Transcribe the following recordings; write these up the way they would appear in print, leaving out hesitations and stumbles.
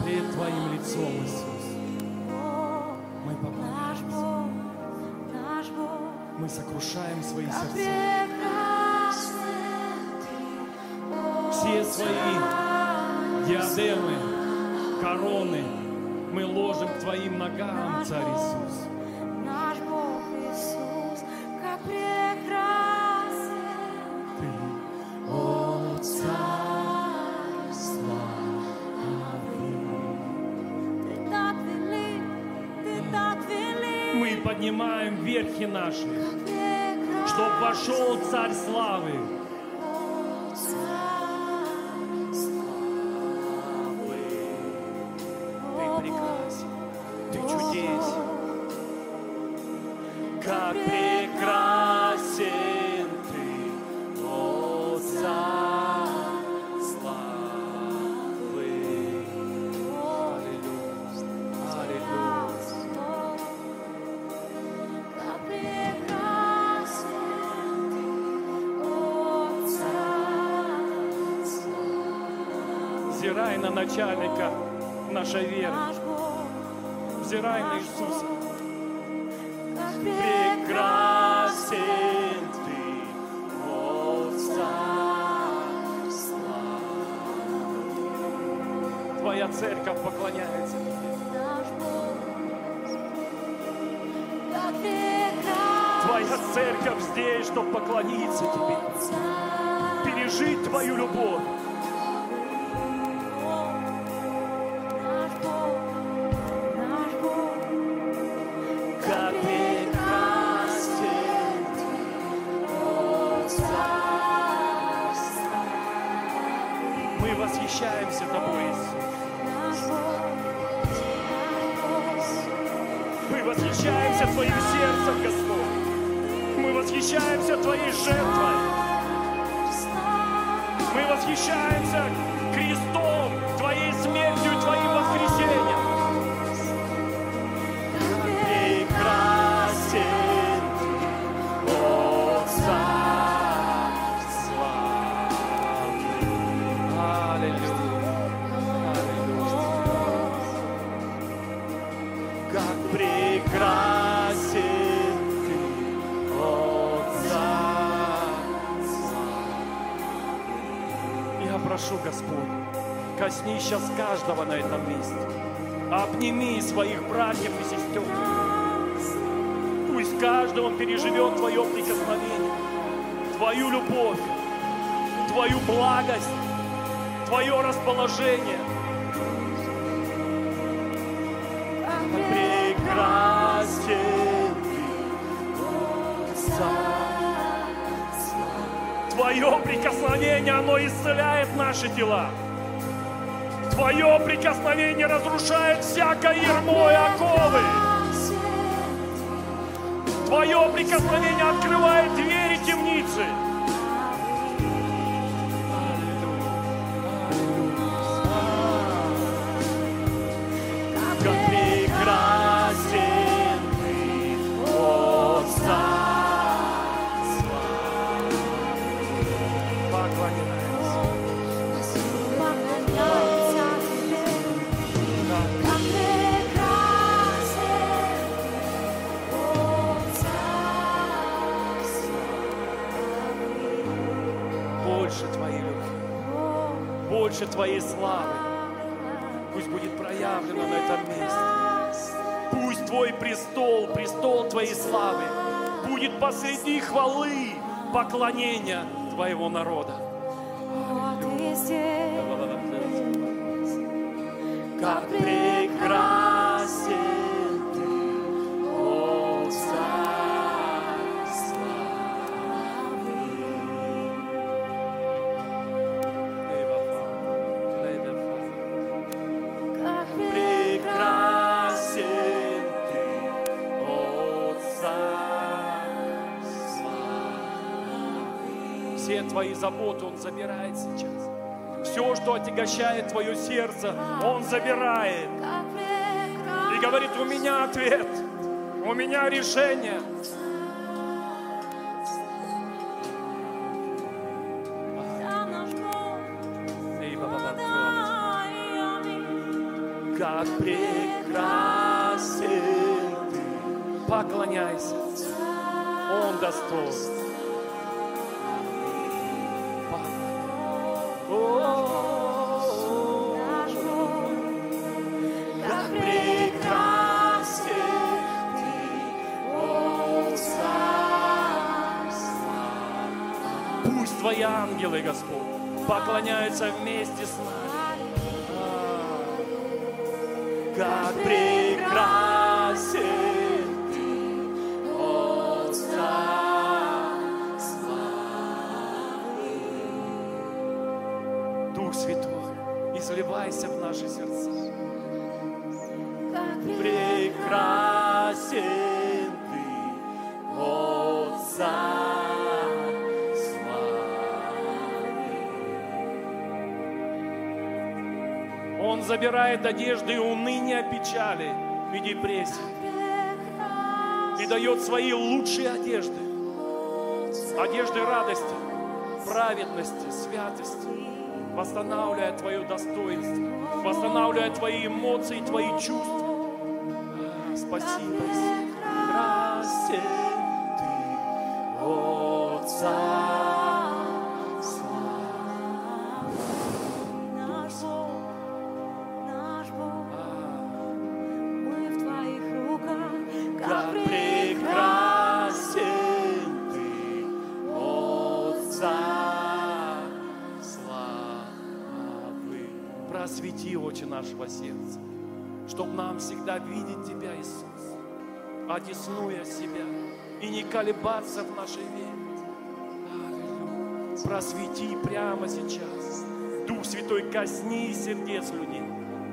пред Твоим лицом, Иисус. Мы поклоняемся. Мы сокрушаем свои сердца. Все свои диадемы, короны мы ложим к Твоим ногам, Царь Иисус. Наш Бог Иисус, как прекрасен Ты, о Царь славы. Ты так велик, Ты так велик. Мы поднимаем верхи наши, чтоб вошел Царь славы. Как прекрасен Ты, о Царь славы. Аллилуйя. Как прекрасен Ты, о Царь славы. Взирай на начальника нашей веры. Взирай на Иисуса. Прекрасен Ты, о Царь славы. Твоя церковь поклоняется Тебе. Твоя церковь здесь, чтобы поклониться Тебе, пережить Твою любовь. Восхищаемся Тобой, Иисус. Мы восхищаемся Твоим сердцем, Господь. Мы восхищаемся Твоей жертвой. Мы восхищаемся крестом, Твоей смертью и Твоим воскресением. Прекрасен Ты, о Царь славы. Как прекрасен Ты, о Царь славы. Я прошу, Господь, коснись сейчас каждого на этом месте. Обними своих братьев и сестер. Пусть каждый он переживет Твое прикосновение, Твою любовь, Твою благость, Твое расположение. Прекрасен Ты, Царь славы. Твое прикосновение, оно исцеляет наши тела. Твое прикосновение разрушает всякое ярмо и оковы. Твое прикосновение открывает двери темницы. Как прекрасен Ты, о Царь славы. Поклоняемся. Как прекрасен, о Царь славы. Больше Твоей любви, больше Твоей славы пусть будет проявлено на этом месте. Пусть Твой престол, престол Твоей славы будет посреди хвалы, поклонения Твоего народа. Как прекрасен Ты, о Царь славы. Как Прекрасен Ты, о Царь славы. Все Твои заботы Он забирает сейчас. Все, что отягощает Твое сердце, Он забирает. И говорит: у меня ответ, у меня решение. как прекрасен Ты. Поклоняйся, Он достоин. Как прекрасен Ты, о Царство. Пусть Твои ангелы, Господь, поклоняются вместе с нами. Как прекрасен Ты, о Царство. Дух Святой, изливайся в наши сердца. Прекрасен Ты, о Царство. Он забирает одежды уныния, печали и депрессии и дает свои лучшие одежды. Одежды радости, праведности, святости, восстанавливая Твое достоинство, восстанавливая Твои эмоции, Твои чувства. Спасибо, прекрасен Ты, о Царство. Наш Бог, мы в Твоих руках, Как прекрасен Ты, о Царство. Просвети очи нашего сердца, чтобы нам всегда видеть Тебя, Иисус, одесную себя и не колебаться в нашей вере. Аллилуйя. Просвети прямо сейчас. Дух Святой, коснись сердец людей.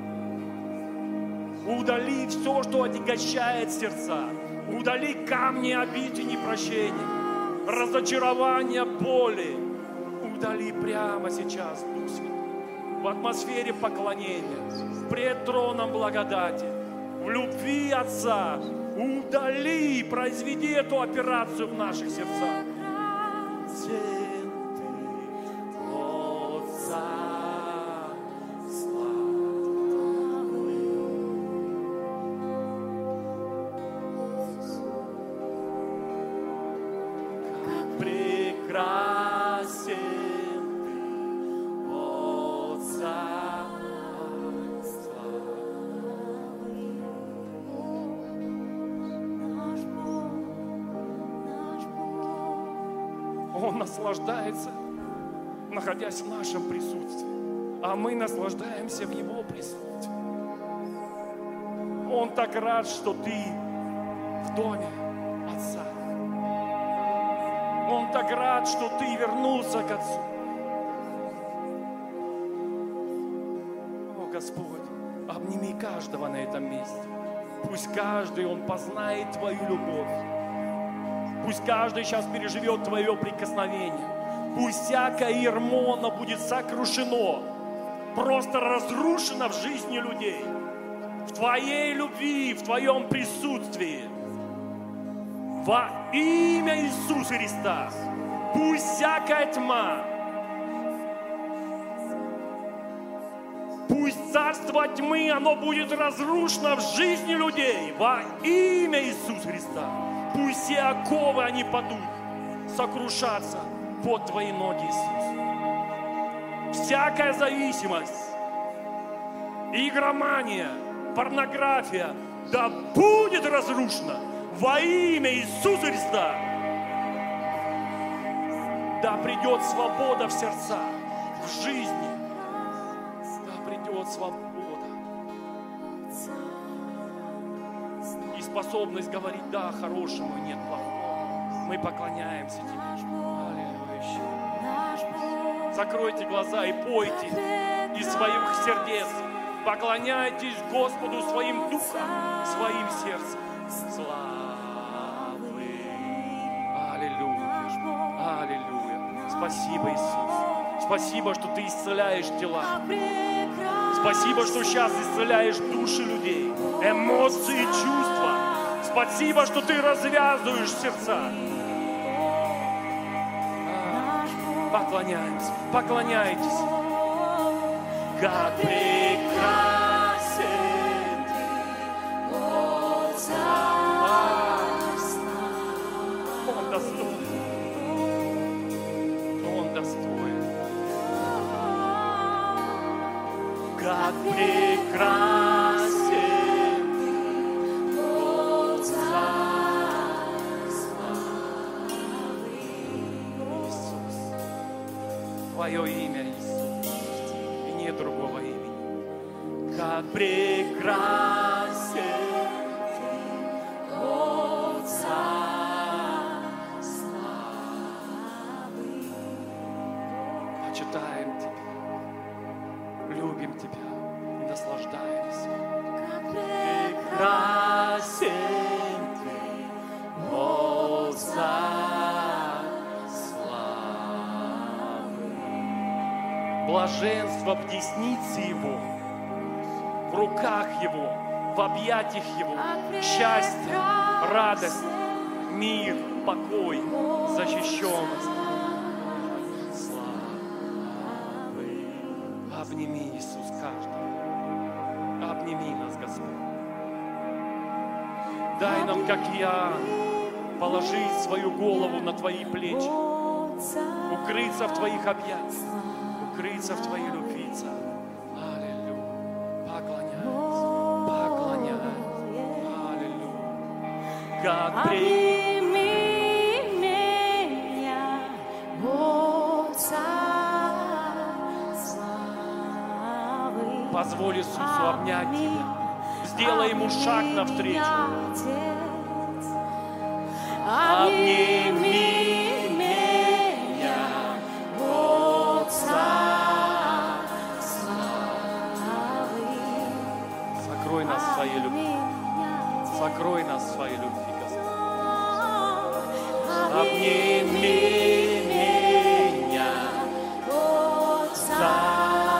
Удали все, что отягощает сердца. Удали камни обид и непрощения, разочарования, боли. Удали прямо сейчас, Дух Святой, в атмосфере поклонения, пред троном благодати, в любви Отца. Удали и произведи эту операцию в наших сердцах. Он наслаждается, находясь в нашем присутствии, а мы наслаждаемся в Его присутствии. Он так рад, что ты в доме Отца. Он так рад, что ты вернулся к Отцу. О, Господь, обними каждого на этом месте. Пусть каждый, он познает Твою любовь. Пусть каждый сейчас переживет Твое прикосновение. Пусть всякое ярмо, оно будет сокрушено, просто разрушено в жизни людей. В Твоей любви, в Твоем присутствии. Во имя Иисуса Христа. Пусть всякая тьма, пусть царство тьмы, оно будет разрушено в жизни людей. Во имя Иисуса Христа. Пусть все оковы, они падут, сокрушатся под Твои ноги, Иисус. Всякая зависимость, игромания, порнография, да будет разрушена во имя Иисуса Христа. Да придет свобода в сердца, в жизни. Да придет свобода. И способность говорить да хорошему, нет плохого. Мы поклоняемся Тебе. Аллилуйя. Закройте глаза и пойте из своих сердец. Поклоняйтесь Господу своим духом, своим сердцем. Славы. Аллилуйя. Аллилуйя. Спасибо, Иисус. Спасибо, что Ты исцеляешь тела. Спасибо, что сейчас исцеляешь души людей, эмоции, чувства. Спасибо, что Ты развязываешь сердца. Поклоняемся, поклоняйтесь. Как прекрасен Как прекрасен Бог царства. Иисус, Твое имя, Иисус, и нет другого имени. Как прекрасен Бог царства. Почитаем Тебя, любим Тебя и наслаждаемся. Как прекрасен Ты, Бог славы. Блаженство в деснице Его, в руках Его, в объятиях Его, счастье, радость, мир, покой, защищенность. Обними, Иисус, каждого. Обними нас, Господь. Дай нам, как Иоанн, положить свою голову на Твои плечи, укрыться в Твоих объятиях, укрыться в Твоей любви, Царь. Аллилуйя. Поклоняйся, поклоняйся. Аллилуйя. Как позволь Иисусу обнять тебя. Сделай ему шаг навстречу. Обними меня, Бог славы. Сокрой нас в своей любви. Сокрой нас в своей любви, Господь. Обними меня, Бог славы.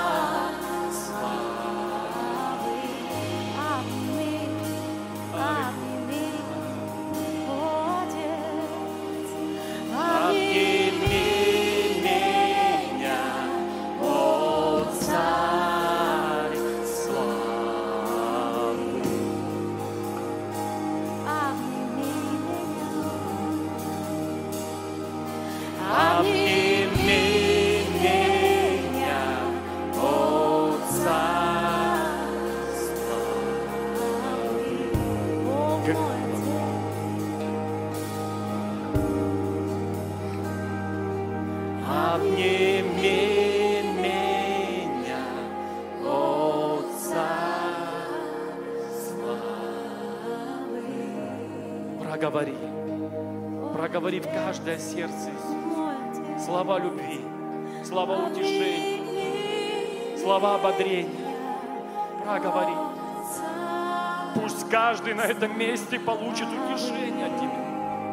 Проговори, проговори в каждое сердце слова любви, слова утешения, слова ободрения. Проговори. Пусть каждый на этом месте получит утешение от Тебя.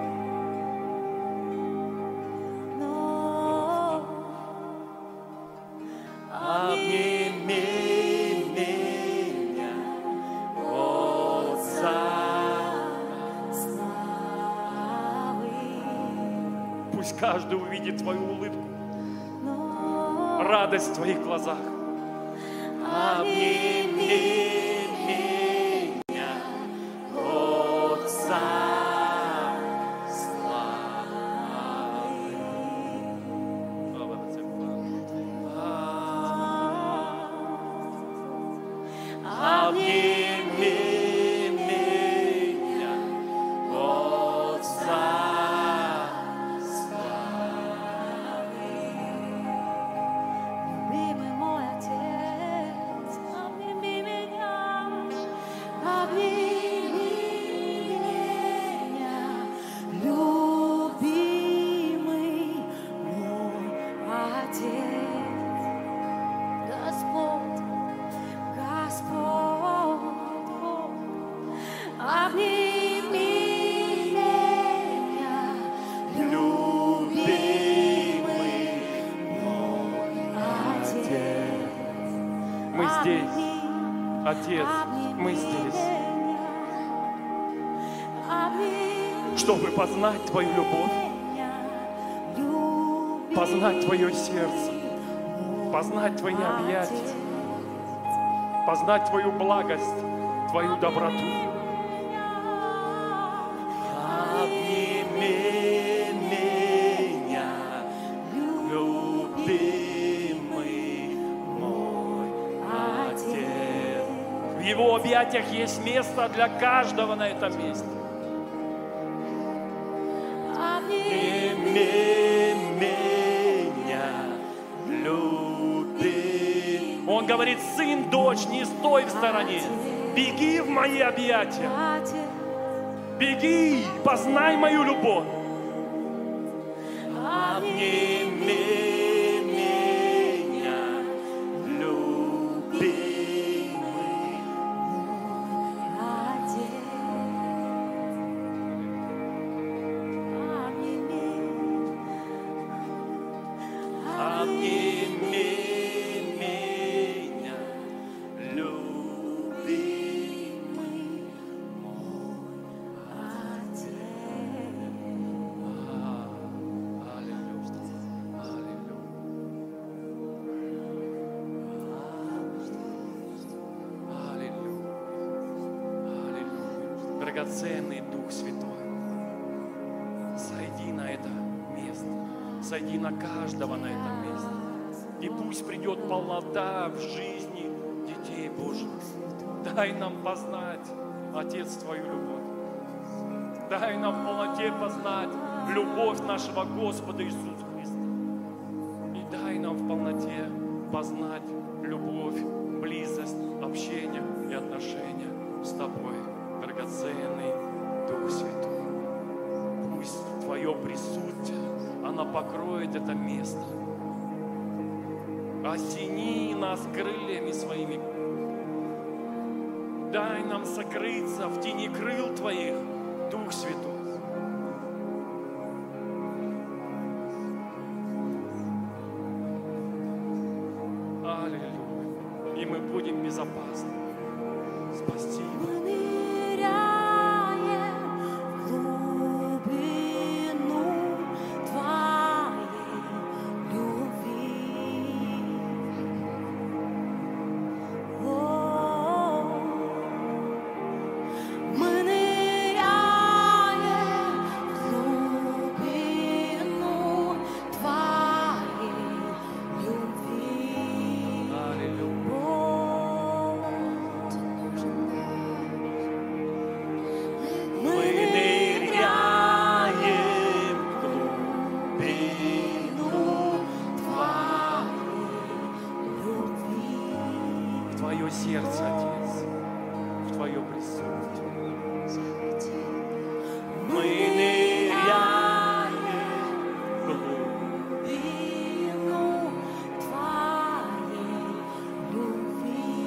Каждый увидит Твою улыбку, радость в Твоих глазах. Обними меня, Бог славы. Обними меня, Бог славы. Отец, мы здесь, чтобы познать Твою любовь, познать Твое сердце, познать Твои объятия, познать Твою благость, Твою доброту. Обними меня, любимый мой Отец. В Его объятиях есть место для каждого на этом месте. Обними меня, люби. Он говорит: сын, дочь, не стой в стороне. Беги в мои объятия. Беги, познай мою любовь. Обними меня, любимый Отец. Обними меня, любимый мой Отец. Драгоценный Дух Святой, сойди на это место, сойди на каждого на этом месте. И пусть придет полнота в жизни детей Божьих. Дай нам познать, Отец, Твою любовь. Дай нам в полноте познать любовь нашего Господа Иисуса Христа. И дай нам в полноте познать любовь, близость, общение и отношения с Тобой, драгоценный Дух Святой. Пусть Твое присутствие, оно покроет это место. Осени нас крыльями Своими. Дай нам сокрыться в тени крыл Твоих, Дух Святой. Аллилуйя. И мы будем безопасны. Спасибо. Твое сердце, Отец, в Твое присутствие. Мы ныряем в глубину Твоей любви.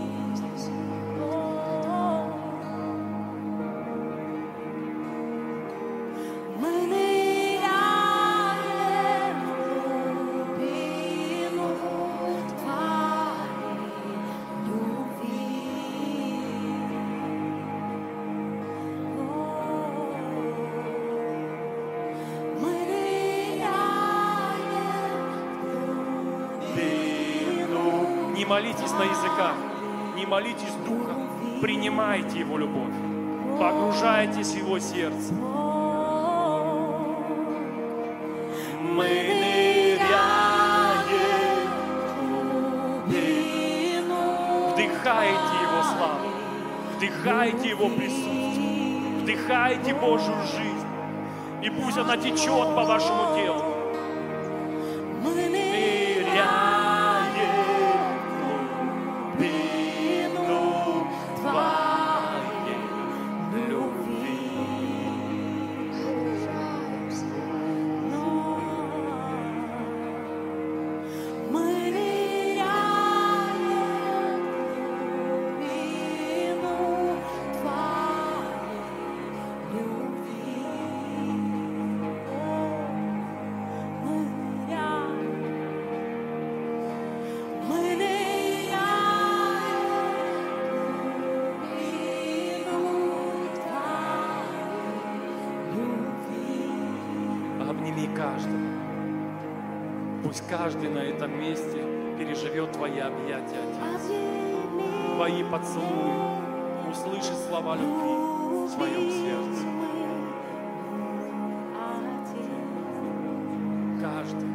Мы ныряем в глубину Твоей любви. Мы ныряем. Не молитесь на языках, не молитесь духом, принимайте Его любовь, погружайтесь в Его сердце. Мы ныряем в глубину. Вдыхайте Его славу, вдыхайте Его присутствие, вдыхайте Божью жизнь, и пусть она течет по вашему телу. Мы ныряем в глубину Твоей любви. Мы ныряем в глубину Твоей любви. Мы ныряем. Мы ныряем. Обними каждого. Пусть каждый на этом месте переживет Твои объятия, Отец. Твои поцелуи. Услышит слова любви в своем сердце. Каждый.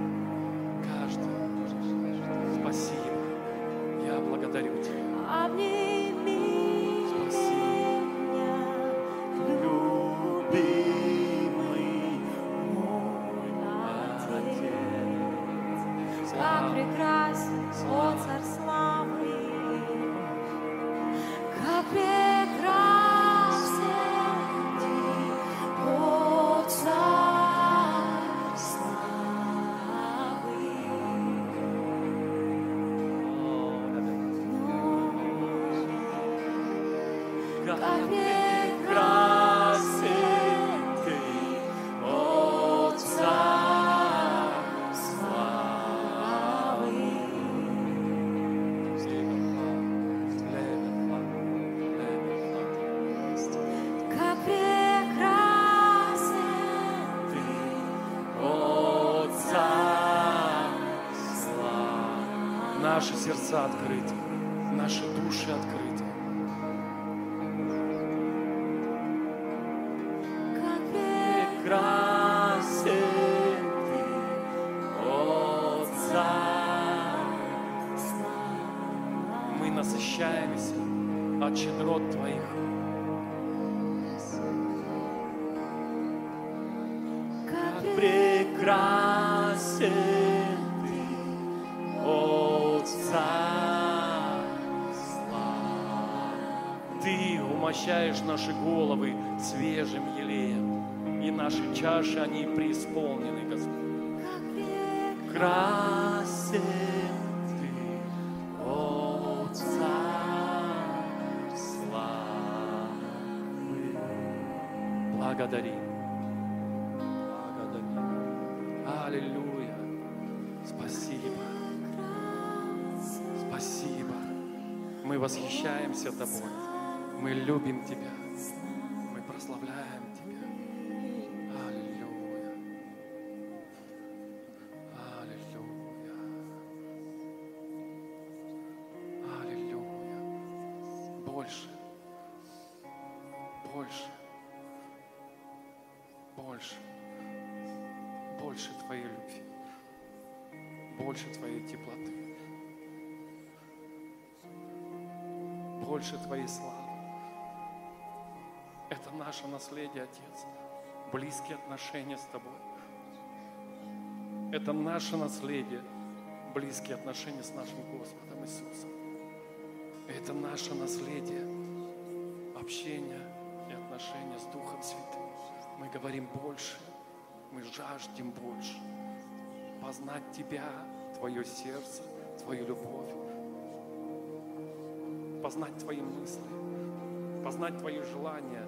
Спасибо. Я благодарю Тебя. Аллилуйя. Прекрасен Ты, о Царь славы. Как прекрасен Ты, о Царь славы. Наши сердца открыты, наши души открыты. как Прекрасен Ты, о Царь. Мы насыщаемся от щедрот Твоих. Как прекрасен Ты, о Царь славы. Ты умощаешь наши головы свежим елеем, и наши чаши, они преисполнены, Господь. Прекрасен Ты, о Царь славы. Благодарим. Благодарим. Аллилуйя. Спасибо. Спасибо. Мы восхищаемся Тобой. Мы любим Тебя. Мы прославляем Тебя. Аллилуйя. Аллилуйя. Аллилуйя. Больше. Больше. Больше. Больше Твоей любви. Больше Твоей теплоты. Больше Твоей славы. Это наше наследие, Отец. Близкие отношения с Тобой. Это наше наследие. Близкие отношения с нашим Господом Иисусом. Это наше наследие. Общение и отношения с Духом Святым. Мы говорим больше. Мы жаждем больше. Познать Тебя, Твое сердце, Твою любовь. Познать Твои мысли. Познать Твои желания.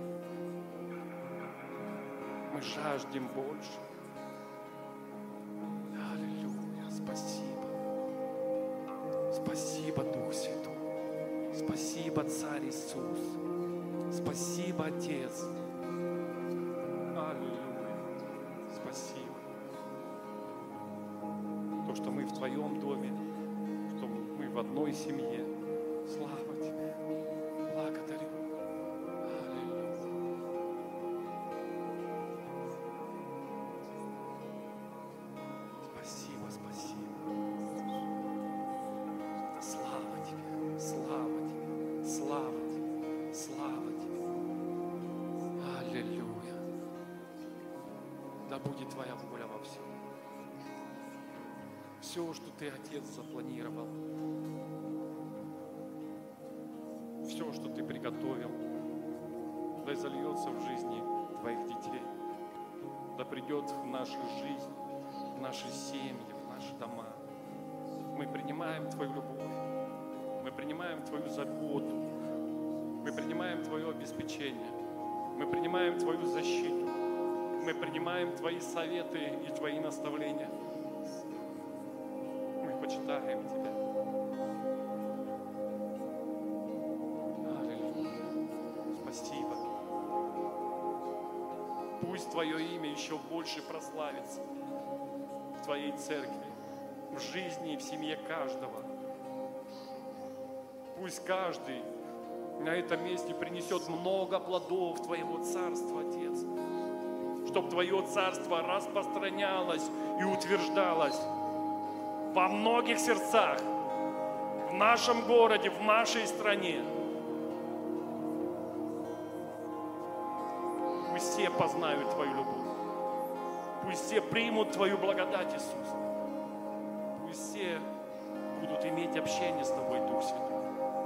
Мы жаждем больше. Аллилуйя. Спасибо. Спасибо, Дух Святой. Спасибо, Царь Иисус. Спасибо, Отец. Аллилуйя. Спасибо. То, что мы в Твоем доме, что мы в одной семье. Слава Тебе. Благодарю. Аллилуйя. Спасибо, спасибо. Слава Тебе, слава Тебе, слава Тебе, слава Тебе. Аллилуйя. Да будет Твоя воля во всем. Все, что Ты, Отец, запланировал, все, что Ты приготовил, да зальется в жизни Твоих детей, да придет в нашу жизнь, в наши семьи, в наши дома. Мы принимаем Твою любовь, мы принимаем Твою заботу, мы принимаем Твое обеспечение, мы принимаем Твою защиту, мы принимаем Твои советы и Твои наставления. Мы почитаем Тебя. Спасибо. Пусть Твое имя еще больше прославится в Твоей церкви, в жизни и в семье каждого. Пусть каждый на этом месте принесет много плодов Твоего Царства, Отец, чтобы Твое Царство распространялось и утверждалось во многих сердцах, в нашем городе, в нашей стране. Пусть все познают Твою любовь. Пусть все примут Твою благодать, Иисус. Пусть все будут иметь общение с Тобой, Дух Святой.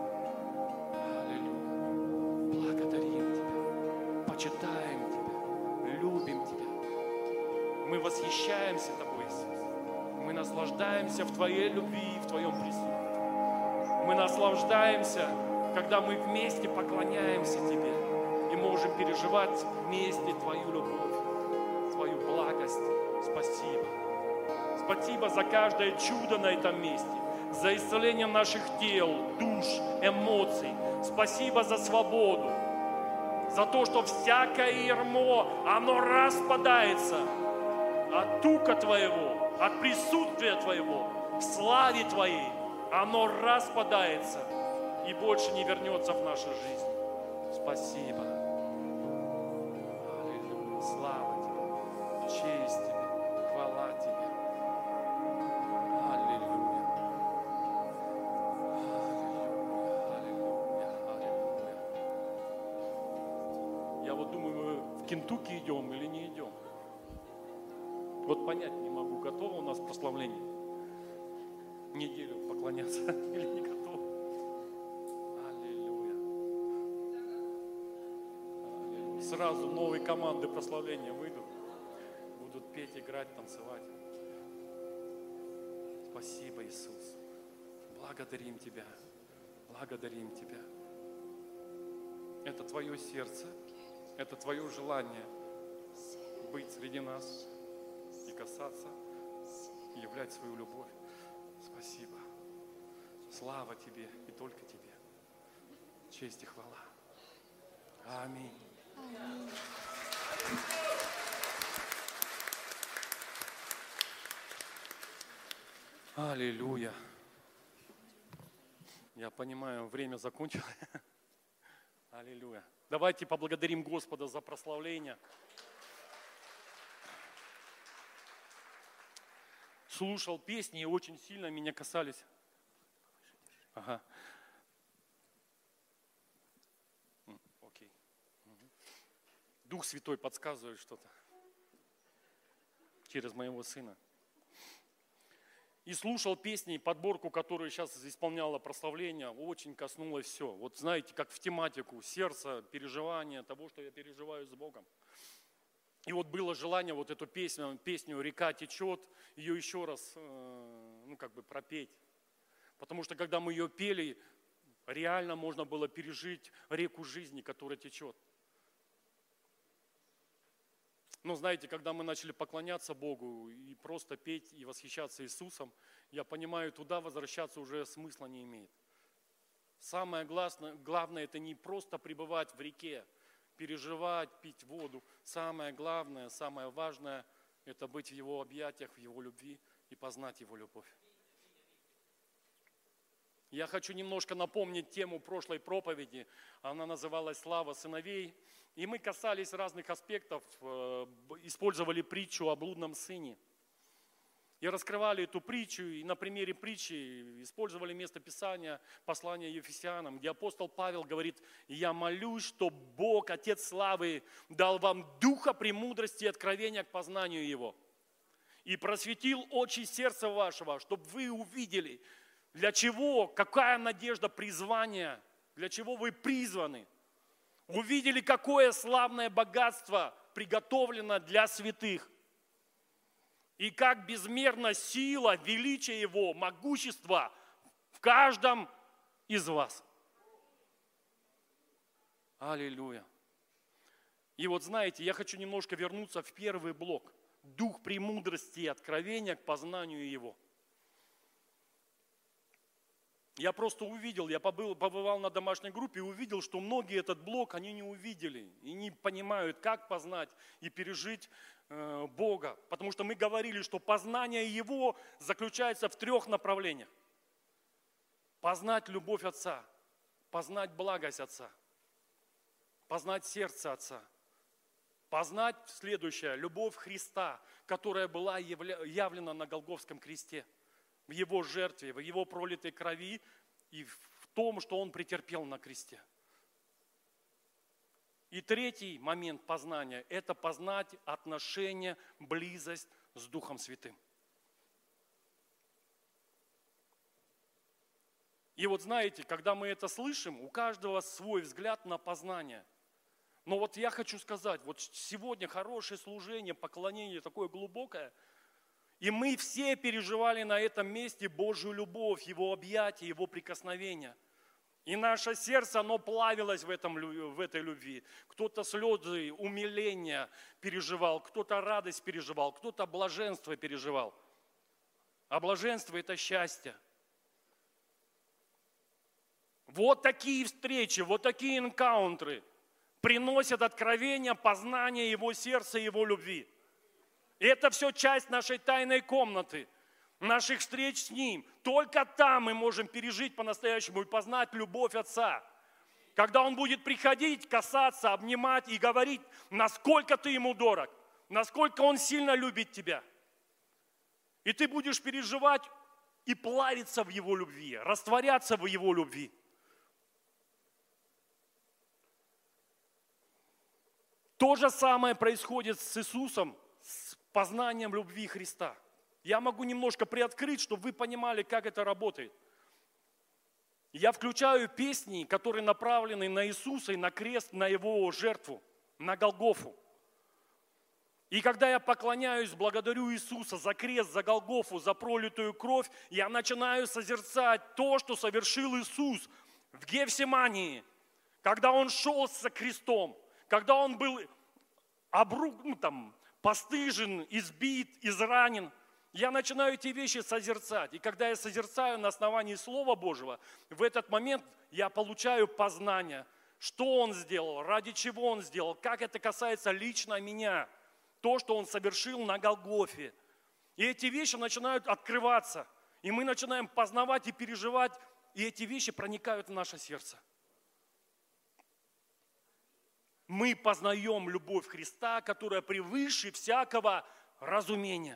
Аллилуйя. Благодарим Тебя, почитаем Тебя, любим Тебя. Мы восхищаемся Тобой, Иисус. Мы наслаждаемся в Твоей любви и в Твоем присутствии. Мы наслаждаемся когда мы вместе поклоняемся Тебе и можем переживать вместе Твою любовь, Твою благость. Спасибо. Спасибо за каждое чудо на этом месте, за исцеление наших тел, душ, эмоций. Спасибо за свободу, за то, что всякое ярмо, оно распадается от тука Твоего, от присутствия Твоего, в славе Твоей. Оно распадается и больше не вернется в нашу жизнь. Спасибо. Аллилуйя. Слава Тебе, честь Тебе, хвала Тебе. Аллилуйя. Аллилуйя. Аллилуйя. Я вот думаю, мы в Кентукки идем или не идем. Вот понять не могу, готово у нас прославление? Неделю поклоняться или не готов? Аллилуйя. Аллилуйя. Сразу новые команды прославления выйдут, будут петь, играть, танцевать. Спасибо, Иисус. Благодарим Тебя. Благодарим Тебя. Это Твое сердце, это Твое желание быть среди нас и касаться, и являть свою любовь. Спасибо. Слава Тебе и только Тебе. Честь и хвала. Аминь. Аллилуйя. Я понимаю, время закончилось. Аллилуйя. Давайте поблагодарим Господа за прославление. Слушал песни и очень сильно меня касались. Ага. Окей. Дух Святой подсказывает что-то через моего сына. И слушал песни, подборку, которую сейчас исполняла прославление, очень коснулось все. Вот знаете, как в тематику сердца, переживания, того, что я переживаю с Богом. И вот было желание вот эту песню «Река течет», ее еще раз, пропеть. Потому что когда мы ее пели, реально можно было пережить реку жизни, которая течет. Но знаете, когда мы начали поклоняться Богу и просто петь и восхищаться Иисусом, я понимаю, туда возвращаться уже смысла не имеет. Самое главное, это не просто пребывать в реке, переживать, пить воду. Самое главное, самое важное, это быть в Его объятиях, в Его любви и познать Его любовь. Я хочу немножко напомнить тему прошлой проповеди. Она называлась «Слава сыновей». И мы касались разных аспектов, использовали притчу о блудном сыне. И раскрывали эту притчу, и на примере притчи использовали местописание послания Ефесянам, где апостол Павел говорит: «Я молюсь, что Бог, Отец славы, дал вам духа премудрости и откровения к познанию Его, и просветил очи сердца вашего, чтобы вы увидели, для чего, какая надежда призвания, для чего вы призваны, увидели, какое славное богатство приготовлено для святых, и как безмерна сила, величие Его, могущество в каждом из вас». Аллилуйя. И вот знаете, я хочу немножко вернуться в первый блок. Дух премудрости и откровения к познанию Его. Я просто увидел, я побывал на домашней группе и увидел, что многие этот блок, они не увидели и не понимают, как познать и пережить Бога. Потому что мы говорили, что познание Его заключается в 3 направлениях. Познать любовь Отца, познать благость Отца, познать сердце Отца, познать, следующее, любовь Христа, которая была явлена на Голгофском кресте, в Его жертве, в Его пролитой крови и в том, что Он претерпел на кресте. И 3 момент познания – это познать отношение, близость с Духом Святым. И вот знаете, когда мы это слышим, у каждого свой взгляд на познание. Но вот я хочу сказать, вот сегодня хорошее служение, поклонение такое глубокое, и мы все переживали на этом месте Божью любовь, Его объятия, Его прикосновения. И наше сердце, оно плавилось в этой любви. Кто-то слезы, умиления переживал, кто-то радость переживал, кто-то блаженство переживал. А блаженство – это счастье. Вот такие встречи, вот такие энкаунтры приносят откровение, познание Его сердца и Его любви. И это все часть нашей тайной комнаты, наших встреч с Ним. Только там мы можем пережить по-настоящему и познать любовь Отца. Когда Он будет приходить, касаться, обнимать и говорить, насколько ты Ему дорог, насколько Он сильно любит тебя. И ты будешь переживать и плавиться в Его любви, растворяться в Его любви. То же самое происходит с Иисусом, с познанием любви Христа. Я могу немножко приоткрыть, чтобы вы понимали, как это работает. Я включаю песни, которые направлены на Иисуса и на крест, на Его жертву, на Голгофу. И когда я поклоняюсь, благодарю Иисуса за крест, за Голгофу, за пролитую кровь, я начинаю созерцать то, что совершил Иисус в Гефсимании, когда Он шел со крестом, когда Он был постыжен, избит, изранен. Я начинаю эти вещи созерцать. И когда я созерцаю на основании Слова Божьего, в этот момент я получаю познание, что Он сделал, ради чего Он сделал, как это касается лично меня, то, что Он совершил на Голгофе. И эти вещи начинают открываться, и мы начинаем познавать и переживать, и эти вещи проникают в наше сердце. Мы познаем любовь Христа, которая превыше всякого разумения.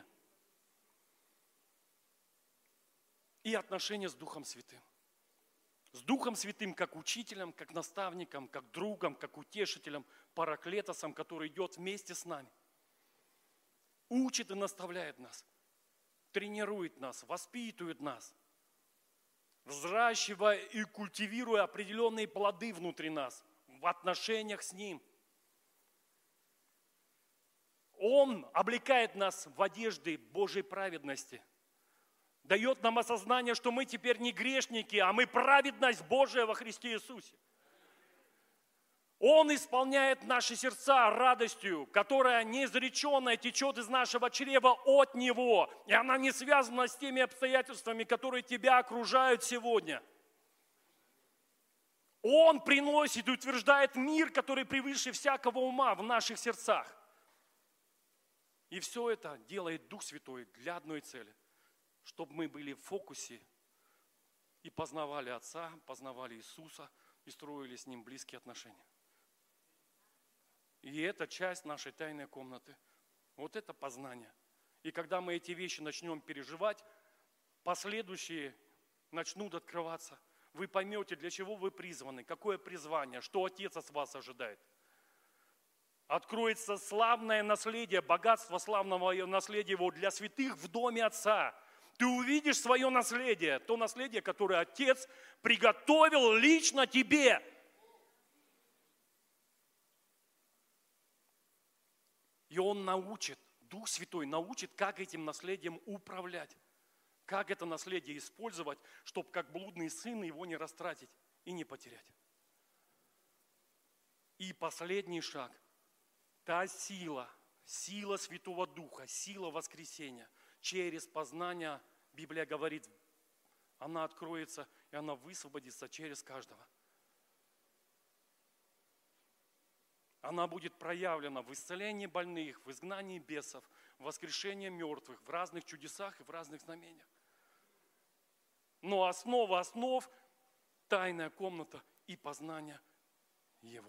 И отношения с Духом Святым. С Духом Святым как учителем, как наставником, как другом, как утешителем, параклетосом, который идет вместе с нами. Учит и наставляет нас, тренирует нас, воспитывает нас, взращивая и культивируя определенные плоды внутри нас, в отношениях с Ним. Он облекает нас в одежды Божьей праведности. Дает нам осознание, что мы теперь не грешники, а мы праведность Божия во Христе Иисусе. Он исполняет наши сердца радостью, которая неизреченная течет из нашего чрева от Него. И она не связана с теми обстоятельствами, которые тебя окружают сегодня. Он приносит и утверждает мир, который превыше всякого ума в наших сердцах. И все это делает Дух Святой для одной цели, чтобы мы были в фокусе и познавали Отца, познавали Иисуса и строили с Ним близкие отношения. И это часть нашей тайной комнаты. Вот это познание. И когда мы эти вещи начнем переживать, последующие начнут открываться. Вы поймете, для чего вы призваны, какое призвание, что Отец от вас ожидает. Откроется славное наследие, богатство славного наследия Его для святых в доме Отца. Ты увидишь свое наследие, то наследие, которое Отец приготовил лично тебе. И Он научит, Дух Святой научит, как этим наследием управлять. Как это наследие использовать, чтобы как блудный сын его не растратить и не потерять. И последний шаг. Та сила Святого Духа, сила воскресения. Через познание, Библия говорит, она откроется и она высвободится через каждого. Она будет проявлена в исцелении больных, в изгнании бесов, в воскрешении мертвых, в разных чудесах и в разных знамениях. Но основа основ – тайная комната и познание Его.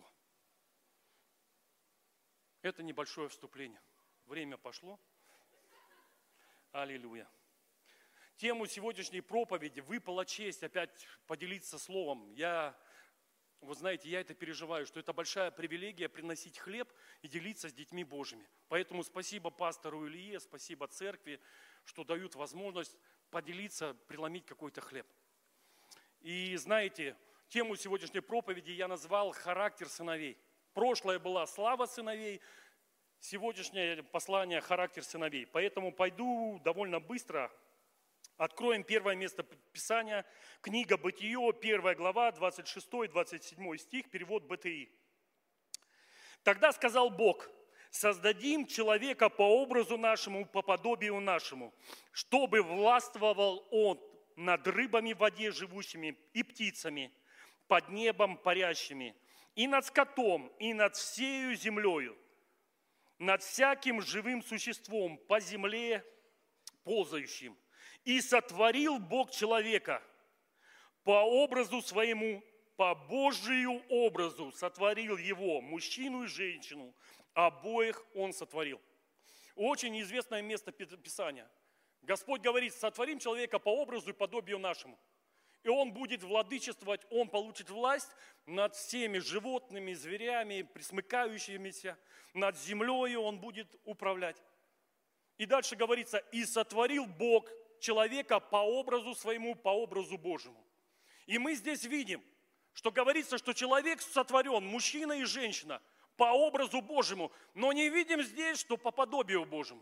Это небольшое вступление. Время пошло. Аллилуйя. Тему сегодняшней проповеди выпала честь опять поделиться словом. Вы знаете, я это переживаю, что это большая привилегия приносить хлеб и делиться с детьми Божьими. Поэтому спасибо пастору Илье, спасибо церкви, что дают возможность поделиться, преломить какой-то хлеб. И знаете, тему сегодняшней проповеди я назвал «Характер сыновей». Прошлое была слава сыновей, сегодняшнее послание «Характер сыновей». Поэтому пойду довольно быстро Откроем первое место Писания, книга Бытие, 1 глава, 26-27 стих, перевод БТИ. «Тогда сказал Бог: создадим человека по образу нашему, по подобию нашему, чтобы властвовал он над рыбами в воде живущими и птицами, под небом парящими, и над скотом, и над всею землею, над всяким живым существом по земле ползающим. И сотворил Бог человека по образу своему, по Божию образу сотворил его, мужчину и женщину, обоих он сотворил». Очень известное место Писания. Господь говорит: сотворим человека по образу и подобию нашему. И он будет владычествовать, он получит власть над всеми животными, зверями, пресмыкающимися, над землей он будет управлять. И дальше говорится: и сотворил Бог человека по образу своему, по образу Божьему. И мы здесь видим, что говорится, что человек сотворен, мужчина и женщина, по образу Божьему, но не видим здесь, что по подобию Божьему.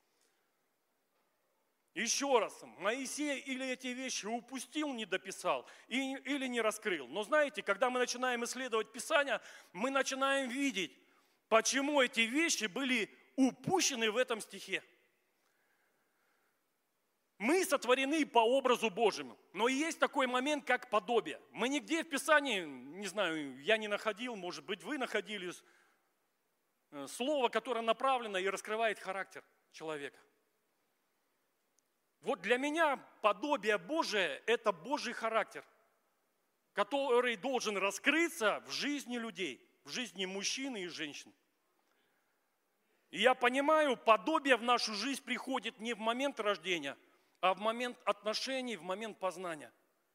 Еще раз, Моисей или эти вещи упустил, не дописал, или не раскрыл. Но знаете, когда мы начинаем исследовать Писание, мы начинаем видеть, почему эти вещи были упущены в этом стихе. Мы сотворены по образу Божьему, но есть такой момент, как подобие. Мы нигде в Писании, не знаю, я не находил, может быть, вы находили слово, которое направлено и раскрывает характер человека. Вот для меня подобие Божие – это Божий характер, который должен раскрыться в жизни людей, в жизни мужчины и женщин. И я понимаю, подобие в нашу жизнь приходит не в момент рождения, а в момент отношений, в момент познания.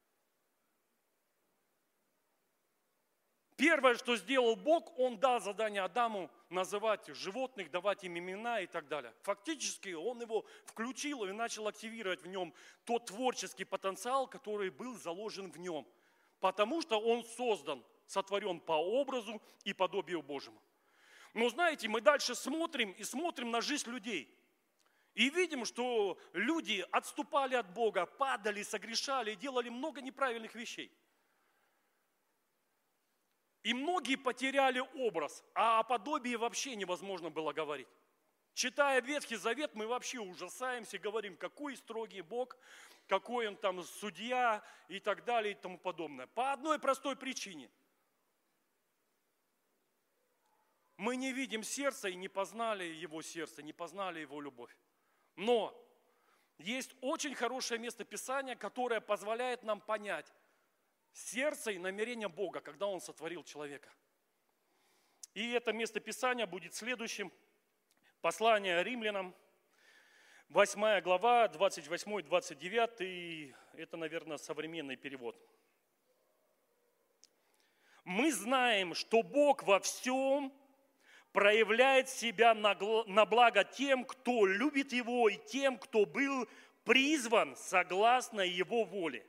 Первое, что сделал Бог, Он дал задание Адаму называть животных, давать им имена и так далее. Фактически Он его включил и начал активировать в нем тот творческий потенциал, который был заложен в нем. Потому что он создан, сотворен по образу и подобию Божьему. Но знаете, мы дальше смотрим на жизнь людей. И видим, что люди отступали от Бога, падали, согрешали, делали много неправильных вещей. И многие потеряли образ, а о подобии вообще невозможно было говорить. Читая Ветхий Завет, мы вообще ужасаемся, говорим, какой строгий Бог, какой Он там судья и так далее и тому подобное. По одной простой причине. Мы не видим сердца и не познали Его сердце, не познали Его любовь. Но есть очень хорошее место Писания, которое позволяет нам понять сердце и намерение Бога, когда Он сотворил человека. И это место Писания будет следующим. Послание Римлянам, 8 глава, 28-29, и это, наверное, современный перевод. «Мы знаем, что Бог во всем проявляет себя на благо тем, кто любит Его, и тем, кто был призван согласно Его воле.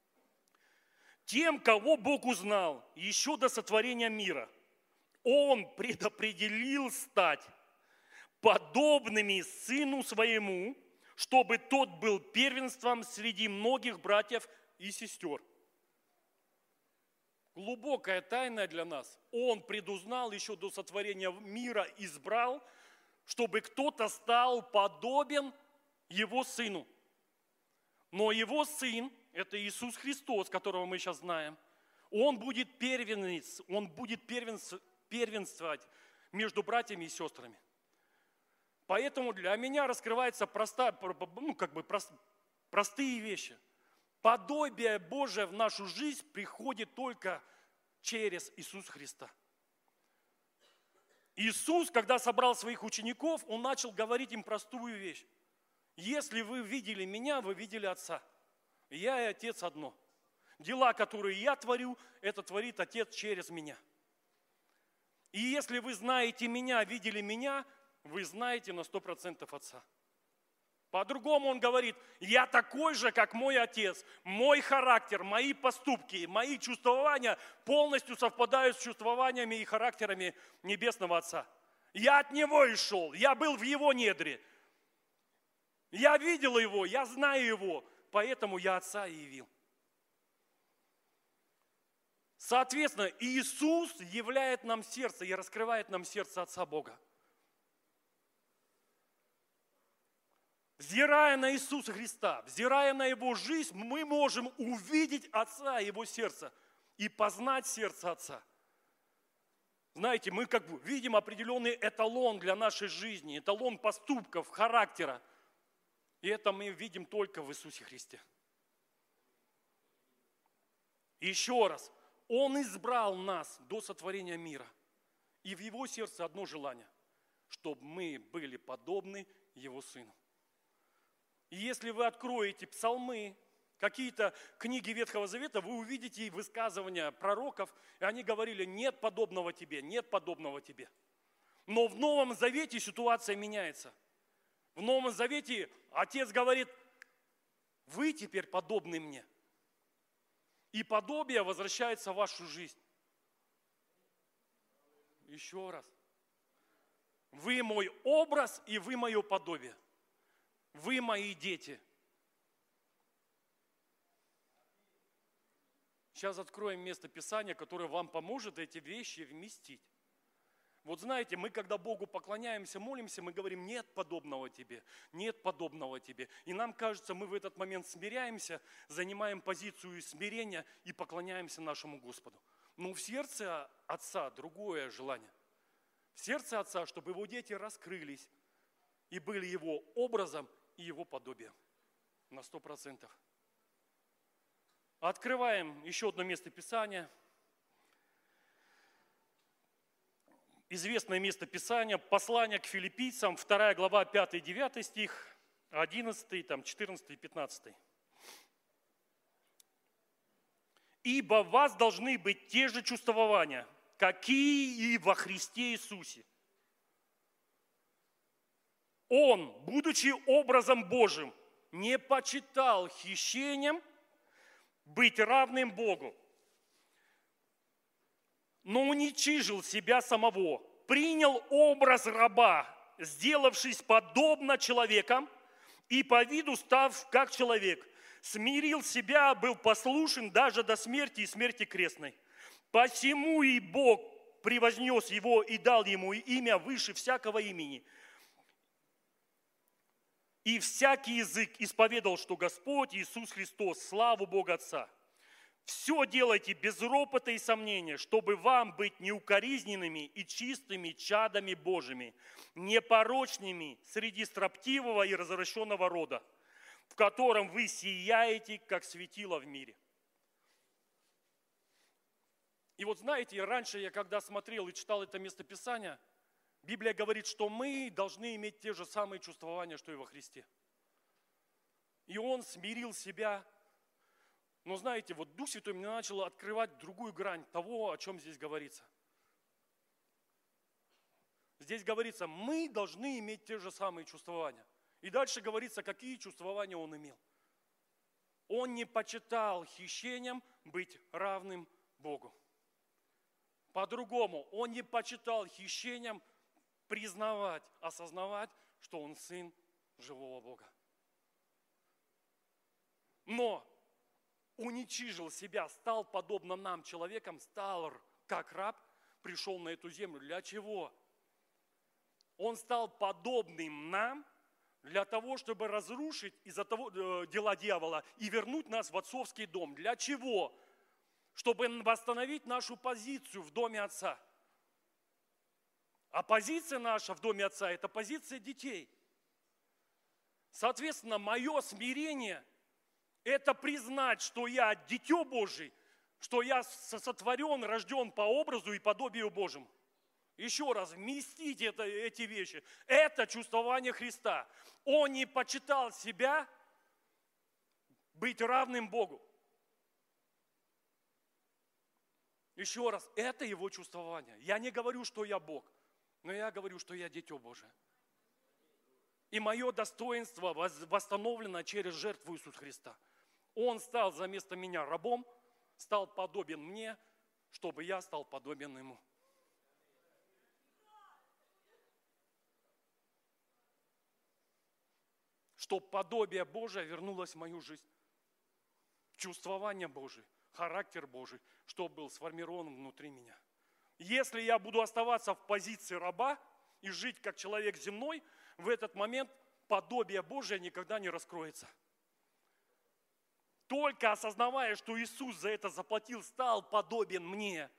Тем, кого Бог узнал еще до сотворения мира, Он предопределил стать подобными Сыну Своему, чтобы Тот был первенством среди многих братьев и сестер». Глубокая тайна для нас. Он предузнал еще до сотворения мира, избрал, чтобы кто-то стал подобен Его Сыну. Но Его Сын, это Иисус Христос, которого мы сейчас знаем, Он будет первенствовать между братьями и сестрами. Поэтому для меня раскрываются простые вещи. Подобие Божие в нашу жизнь приходит только через Иисуса Христа. Иисус, когда собрал своих учеников, Он начал говорить им простую вещь. Если вы видели Меня, вы видели Отца. Я и Отец одно. Дела, которые я творю, это творит Отец через Меня. И если вы знаете Меня, видели Меня, вы знаете на 100% Отца. По-другому Он говорит: я такой же, как мой Отец. Мой характер, мои поступки, мои чувствования полностью совпадают с чувствованиями и характерами Небесного Отца. Я от Него и шел, я был в Его недре. Я видел Его, я знаю Его. поэтому я Отца и явил. Соответственно, Иисус являет нам сердце и раскрывает нам сердце Отца Бога. Взирая на Иисуса Христа, взирая на Его жизнь, мы можем увидеть Отца и Его сердце и познать сердце Отца. Знаете, мы как бы видим определенный эталон для нашей жизни, эталон поступков, характера. И это мы видим только в Иисусе Христе. Еще раз, Он избрал нас до сотворения мира. И в Его сердце одно желание, чтобы мы были подобны Его Сыну. И если вы откроете псалмы, какие-то книги Ветхого Завета, вы увидите высказывания пророков, и они говорили: нет подобного тебе, нет подобного тебе. Но в Новом Завете ситуация меняется. В Новом Завете Отец говорит: вы теперь подобны мне. И подобие возвращается в вашу жизнь. Еще раз. Вы мой образ, и вы мое подобие. Вы мои дети. Сейчас откроем место Писания, которое вам поможет эти вещи вместить. Вот знаете, мы когда Богу поклоняемся, молимся, мы говорим: нет подобного тебе, нет подобного тебе. И нам кажется, мы в этот момент смиряемся, занимаем позицию смирения и поклоняемся нашему Господу. Но в сердце Отца другое желание. В сердце Отца, чтобы Его дети раскрылись и были Его образом и Его подобием. На 100%. Открываем еще одно место Писания. Известное место Писания, послание к филиппийцам, 2 глава, 5-9 стих, 11, 14 и 15. «Ибо в вас должны быть те же чувствования, какие и во Христе Иисусе. Он, будучи образом Божьим, не почитал хищением быть равным Богу, но уничижил себя самого, принял образ раба, сделавшись подобно человекам, и по виду став как человек, смирил себя, был послушен даже до смерти и смерти крестной. Посему и Бог превознес его и дал ему имя выше всякого имени. И всякий язык исповедал, что Господь Иисус Христос, славу Бога Отца. Все делайте без ропота и сомнения, чтобы вам быть неукоризненными и чистыми чадами Божьими, непорочными среди строптивого и развращенного рода, в котором вы сияете, как светило в мире». И вот знаете, раньше я когда смотрел и читал это местописание, Библия говорит, что мы должны иметь те же самые чувствования, что и во Христе. И Он смирил себя. Но знаете, вот Дух Святой мне начал открывать другую грань того, о чем здесь говорится. Здесь говорится, мы должны иметь те же самые чувствования. И дальше говорится, какие чувствования Он имел. Он не почитал хищением быть равным Богу. По-другому, Он не почитал хищением признавать, осознавать, что Он сын живого Бога. Но уничижил себя, стал подобно нам, человеком, стал как раб, пришел на эту землю. Для чего? Он стал подобным нам для того, чтобы разрушить из-за того дела дьявола и вернуть нас в отцовский дом. Для чего? Чтобы восстановить нашу позицию в доме Отца. А позиция наша в доме Отца – это позиция детей. Соответственно, мое смирение – это признать, что я дитё Божий, что я сотворен, рожден по образу и подобию Божьему. Еще раз, вместить эти вещи. Это чувствование Христа. Он не почитал себя быть равным Богу. Еще раз, это его чувствование. Я не говорю, что я Бог, но я говорю, что я дитё Божие. И мое достоинство восстановлено через жертву Иисуса Христа. Он стал за место меня рабом, стал подобен мне, чтобы я стал подобен Ему. чтобы подобие Божие вернулось в мою жизнь. Чувствование Божие, характер Божий, чтобы был сформирован внутри меня. Если я буду оставаться в позиции раба и жить как человек земной, в этот момент подобие Божие никогда не раскроется. Только осознавая, что Иисус за это заплатил, стал подобен мне,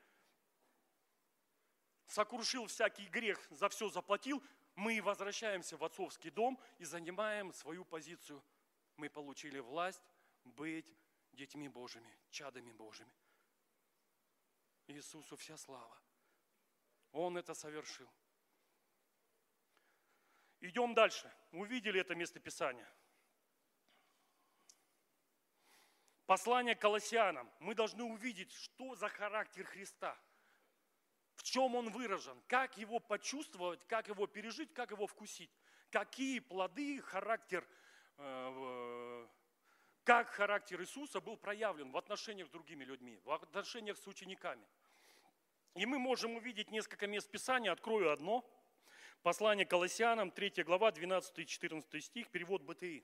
сокрушил всякий грех, за все заплатил, мы возвращаемся в отцовский дом и занимаем свою позицию. Мы получили власть быть детьми Божьими, чадами Божьими. Иисусу вся слава. Он это совершил. Идем дальше. Увидели это местописание. Послание к Колоссянам. Мы должны увидеть, что за характер Христа. В чем он выражен, как его почувствовать, как его пережить, как его вкусить. Какие плоды, характер, как характер Иисуса был проявлен в отношениях с другими людьми, в отношениях с учениками. И мы можем увидеть несколько мест Писания. Открою одно. Послание к Колоссянам, 3 глава, 12 и 14 стих, перевод БТИ.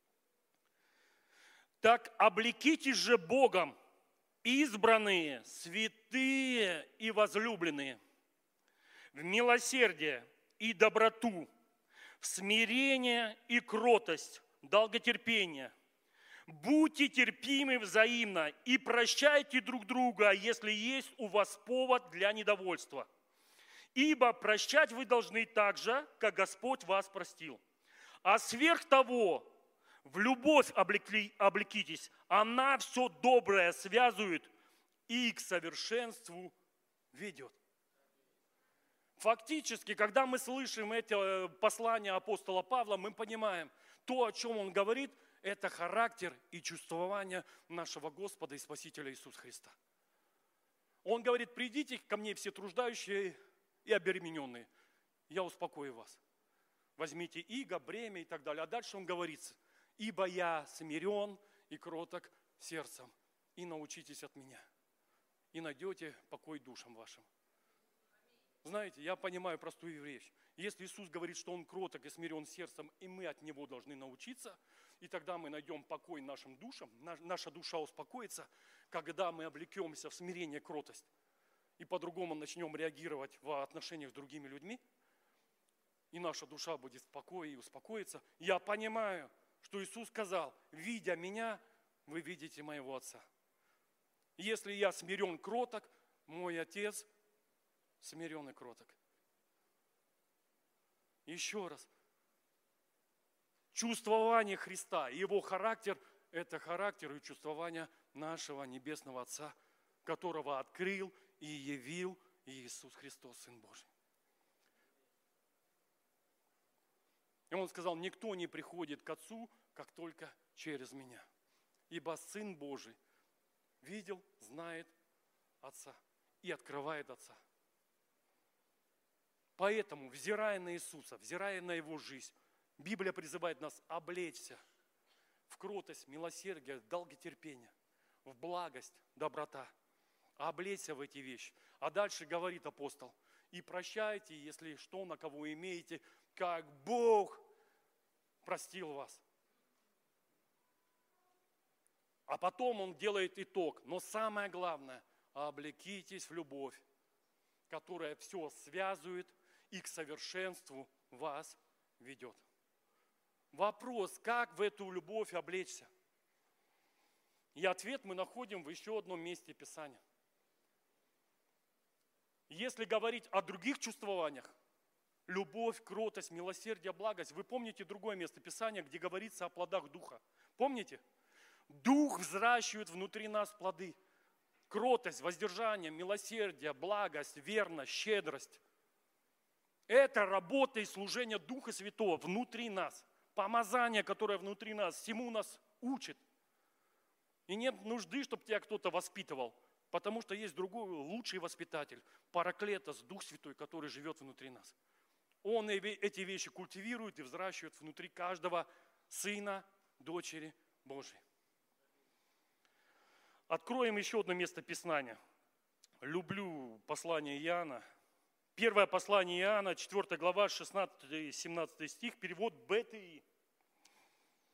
«Так облекитесь же Богом, избранные, святые и возлюбленные, в милосердие и доброту, в смирение и кротость, долготерпение. Будьте терпимы взаимно и прощайте друг друга, если есть у вас повод для недовольства. Ибо прощать вы должны так же, как Господь вас простил. А сверх того, в любовь облекитесь, она все доброе связывает и к совершенству ведет». Фактически, когда мы слышим это послание апостола Павла, мы понимаем, то, о чем он говорит, это характер и чувствование нашего Господа и Спасителя Иисуса Христа. Он говорит: придите ко мне все труждающие и обремененные, я успокою вас. Возьмите иго, бремя и так далее. А дальше он говорит: ибо я смирен и кроток сердцем, и научитесь от меня, и найдете покой душам вашим. Знаете, я понимаю простую вещь. Если Иисус говорит, что Он кроток и смирен сердцем, и мы от Него должны научиться, и тогда мы найдем покой нашим душам, наша душа успокоится, когда мы облекемся в смирение, кротость, и по-другому начнем реагировать в отношениях с другими людьми, и наша душа будет в покое и успокоится. Я понимаю, что Иисус сказал: видя меня, вы видите моего Отца. Если я смирен, кроток, мой Отец смирен и кроток. Еще раз. Чувствование Христа и Его характер – это характер и чувствование нашего Небесного Отца, которого открыл и явил Иисус Христос, Сын Божий. И Он сказал: никто не приходит к Отцу, как только через Меня. Ибо Сын Божий видел, знает Отца и открывает Отца. Поэтому, взирая на Иисуса, взирая на Его жизнь, Библия призывает нас облечься в кротость, милосердие, долготерпение, в благость, доброта. Облечься в эти вещи. А дальше говорит апостол: и прощайте, если что, на кого имеете, как Бог простил вас. А потом он делает итог. Но самое главное, облекитесь в любовь, которая все связывает и к совершенству вас ведет. Вопрос: как в эту любовь облечься? И ответ мы находим в еще одном месте Писания. Если говорить о других чувствованиях, любовь, кротость, милосердие, благость, вы помните другое место Писания, где говорится о плодах Духа? Помните? Дух взращивает внутри нас плоды. Кротость, воздержание, милосердие, благость, верность, щедрость. Это работа и служение Духа Святого внутри нас. Помазание, которое внутри нас, всему нас учит. И нет нужды, чтобы тебя кто-то воспитывал, потому что есть другой, лучший воспитатель, Параклетос, Дух Святой, который живет внутри нас. Он эти вещи культивирует и взращивает внутри каждого сына, дочери Божьей. Откроем еще одно место Писания. Люблю послание Иоанна. Первое послание Иоанна, 4 глава, 16-17 стих, перевод БТИ.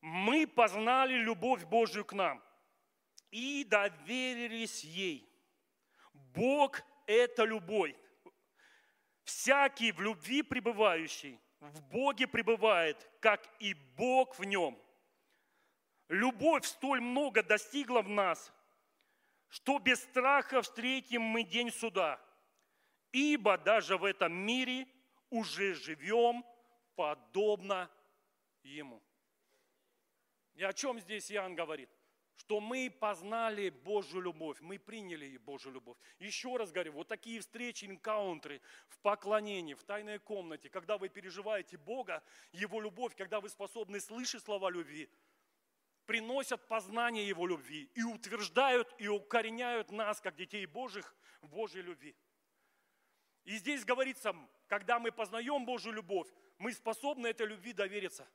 Мы познали любовь Божию к нам и доверились ей. Бог – это любовь. Всякий в любви пребывающий в Боге пребывает, как и Бог в нем. Любовь столь много достигла в нас, что без страха встретим мы день суда, ибо даже в этом мире уже живем подобно Ему. И о чем здесь Иоанн говорит? Что мы познали Божью любовь, мы приняли Божью любовь. Еще раз говорю, вот такие встречи, энкаунтеры в поклонении, в тайной комнате, когда вы переживаете Бога, Его любовь, когда вы способны слышать слова любви, приносят познание Его любви и утверждают и укореняют нас, как детей Божьих, в Божьей любви. И здесь говорится, когда мы познаем Божью любовь, мы способны этой любви довериться.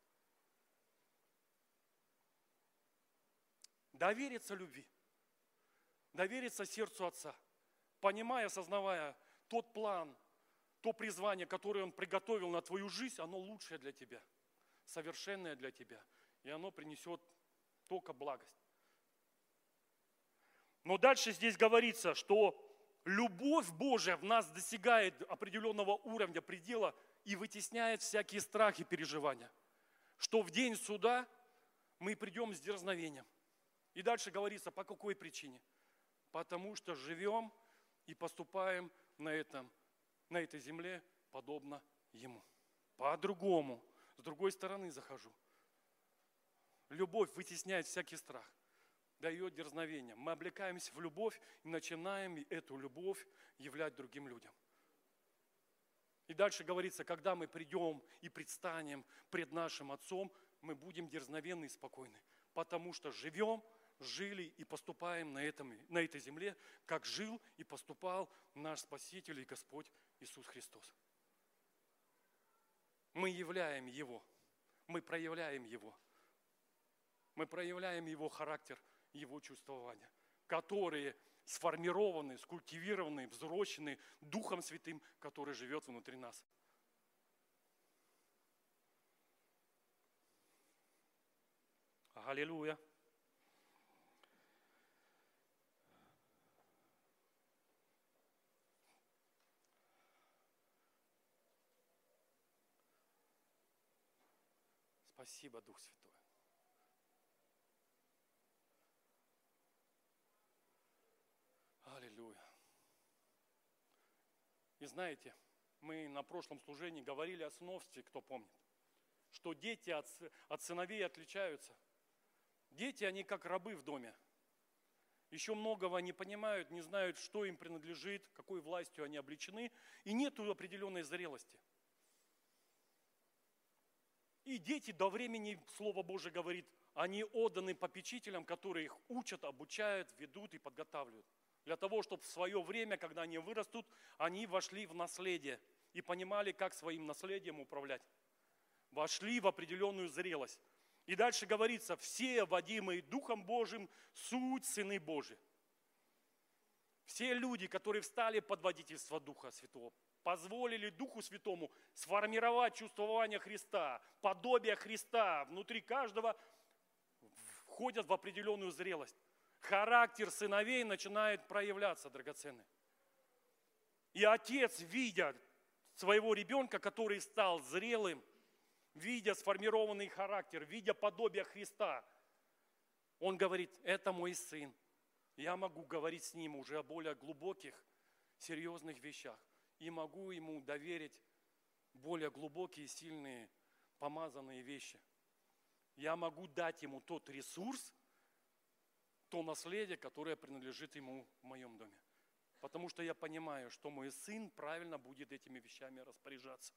Довериться любви, довериться сердцу Отца, понимая, осознавая тот план, то призвание, которое Он приготовил на твою жизнь, оно лучшее для тебя, совершенное для тебя, и оно принесет только благость. Но дальше здесь говорится, что любовь Божия в нас достигает определенного уровня, предела и вытесняет всякие страхи и переживания, что в день суда мы придем с дерзновением. И дальше говорится, по какой причине? Потому что живем и поступаем на этой земле подобно Ему. По-другому. С другой стороны захожу. Любовь вытесняет всякий страх, дает дерзновение. Мы облекаемся в любовь и начинаем эту любовь являть другим людям. И дальше говорится, когда мы придем и предстанем пред нашим Отцом, мы будем дерзновенны и спокойны. Потому что живем, жили и поступаем на этой земле, как жил и поступал наш Спаситель и Господь Иисус Христос. Мы являем Его, мы проявляем Его. Мы проявляем Его характер, Его чувствования, которые сформированы, скультивированы, взрослены Духом Святым, который живет внутри нас. Аллилуйя. Спасибо, Дух Святой. Аллилуйя. И знаете, мы на прошлом служении говорили о сыновстве, кто помнит, что дети от сыновей отличаются. Дети, они как рабы в доме. Еще многого не понимают, не знают, что им принадлежит, какой властью они облечены, и нет определенной зрелости. И дети до времени, Слово Божие говорит, они отданы попечителям, которые их учат, обучают, ведут и подготавливают. Для того, чтобы в свое время, когда они вырастут, они вошли в наследие и понимали, как своим наследием управлять. Вошли в определенную зрелость. И дальше говорится, все водимые Духом Божьим, суть сыны Божьи. Все люди, которые встали под водительство Духа Святого, позволили Духу Святому сформировать чувствование Христа, подобие Христа внутри каждого, входят в определенную зрелость. Характер сыновей начинает проявляться, драгоценный. И отец, видя своего ребенка, который стал зрелым, видя сформированный характер, видя подобие Христа, он говорит, это мой сын. Я могу говорить с ним уже о более глубоких, серьезных вещах. И могу ему доверить более глубокие, сильные, помазанные вещи. Я могу дать ему тот ресурс, то наследие, которое принадлежит ему в моем доме. Потому что я понимаю, что мой сын правильно будет этими вещами распоряжаться.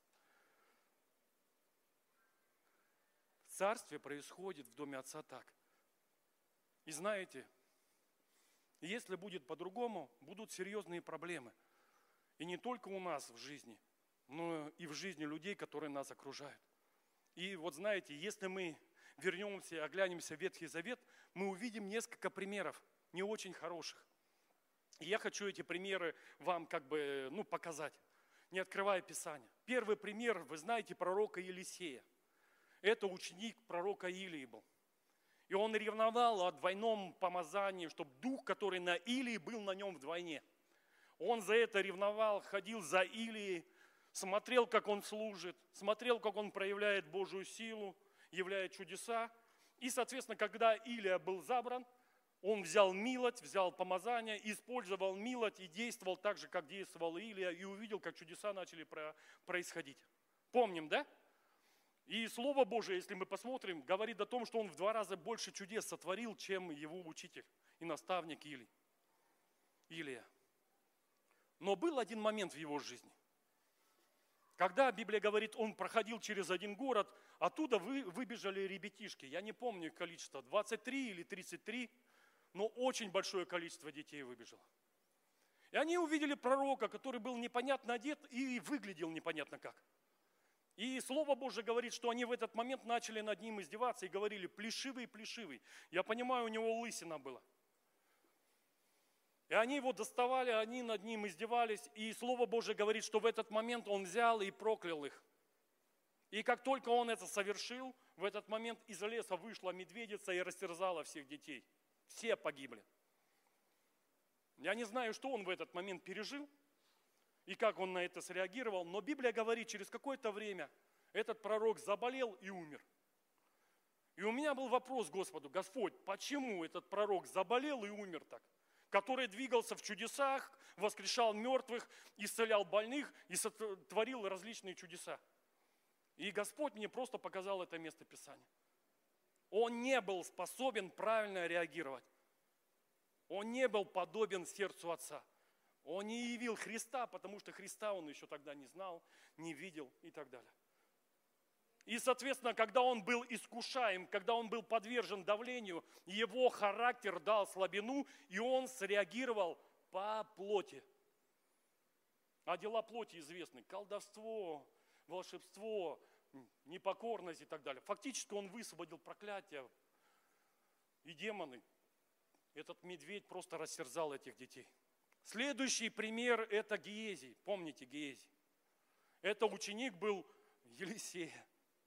В царстве происходит в доме Отца так. И знаете, если будет по-другому, будут серьезные проблемы. И не только у нас в жизни, но и в жизни людей, которые нас окружают. И вот знаете, если мы вернемся и оглянемся в Ветхий Завет, мы увидим несколько примеров, не очень хороших. И я хочу эти примеры вам показать, не открывая Писание. Первый пример, вы знаете, пророка Елисея. Это ученик пророка Илии был. И он ревновал о двойном помазании, чтобы дух, который на Илии, был на нем вдвойне. Он за это ревновал, ходил за Илией, смотрел, как он служит, смотрел, как он проявляет Божью силу, являет чудеса. И, соответственно, когда Илия был забран, он взял милость, взял помазание, использовал милость и действовал так же, как действовал Илия, и увидел, как чудеса начали происходить. Помним, да? И Слово Божие, если мы посмотрим, говорит о том, что он в 2 раза больше чудес сотворил, чем его учитель и наставник Илия. Но был один момент в его жизни, когда Библия говорит, он проходил через один город, оттуда выбежали ребятишки, я не помню их количество, 23 или 33, но очень большое количество детей выбежало. И они увидели пророка, который был непонятно одет и выглядел непонятно как. И Слово Божие говорит, что они в этот момент начали над ним издеваться и говорили: плешивый, плешивый. Я понимаю, у него лысина была. И они его доставали, они над ним издевались. И Слово Божие говорит, что в этот момент он взял и проклял их. И как только он это совершил, в этот момент из леса вышла медведица и растерзала всех детей. Все погибли. Я не знаю, что он в этот момент пережил и как он на это среагировал, но Библия говорит, через какое-то время этот пророк заболел и умер. И у меня был вопрос к Господу: Господь, почему этот пророк заболел и умер так? Который двигался в чудесах, воскрешал мертвых, исцелял больных и сотворил различные чудеса. И Господь мне просто показал это место Писания. Он не был способен правильно реагировать. Он не был подобен сердцу Отца. Он не явил Христа, потому что Христа он еще тогда не знал, не видел и так далее. И, соответственно, когда он был искушаем, когда он был подвержен давлению, его характер дал слабину, и он среагировал по плоти. А дела плоти известны: колдовство, волшебство, непокорность и так далее. Фактически он высвободил проклятие и демоны. Этот медведь просто растерзал этих детей. Следующий пример – это Гиезий. Помните Гиезий? Это ученик был Елисея.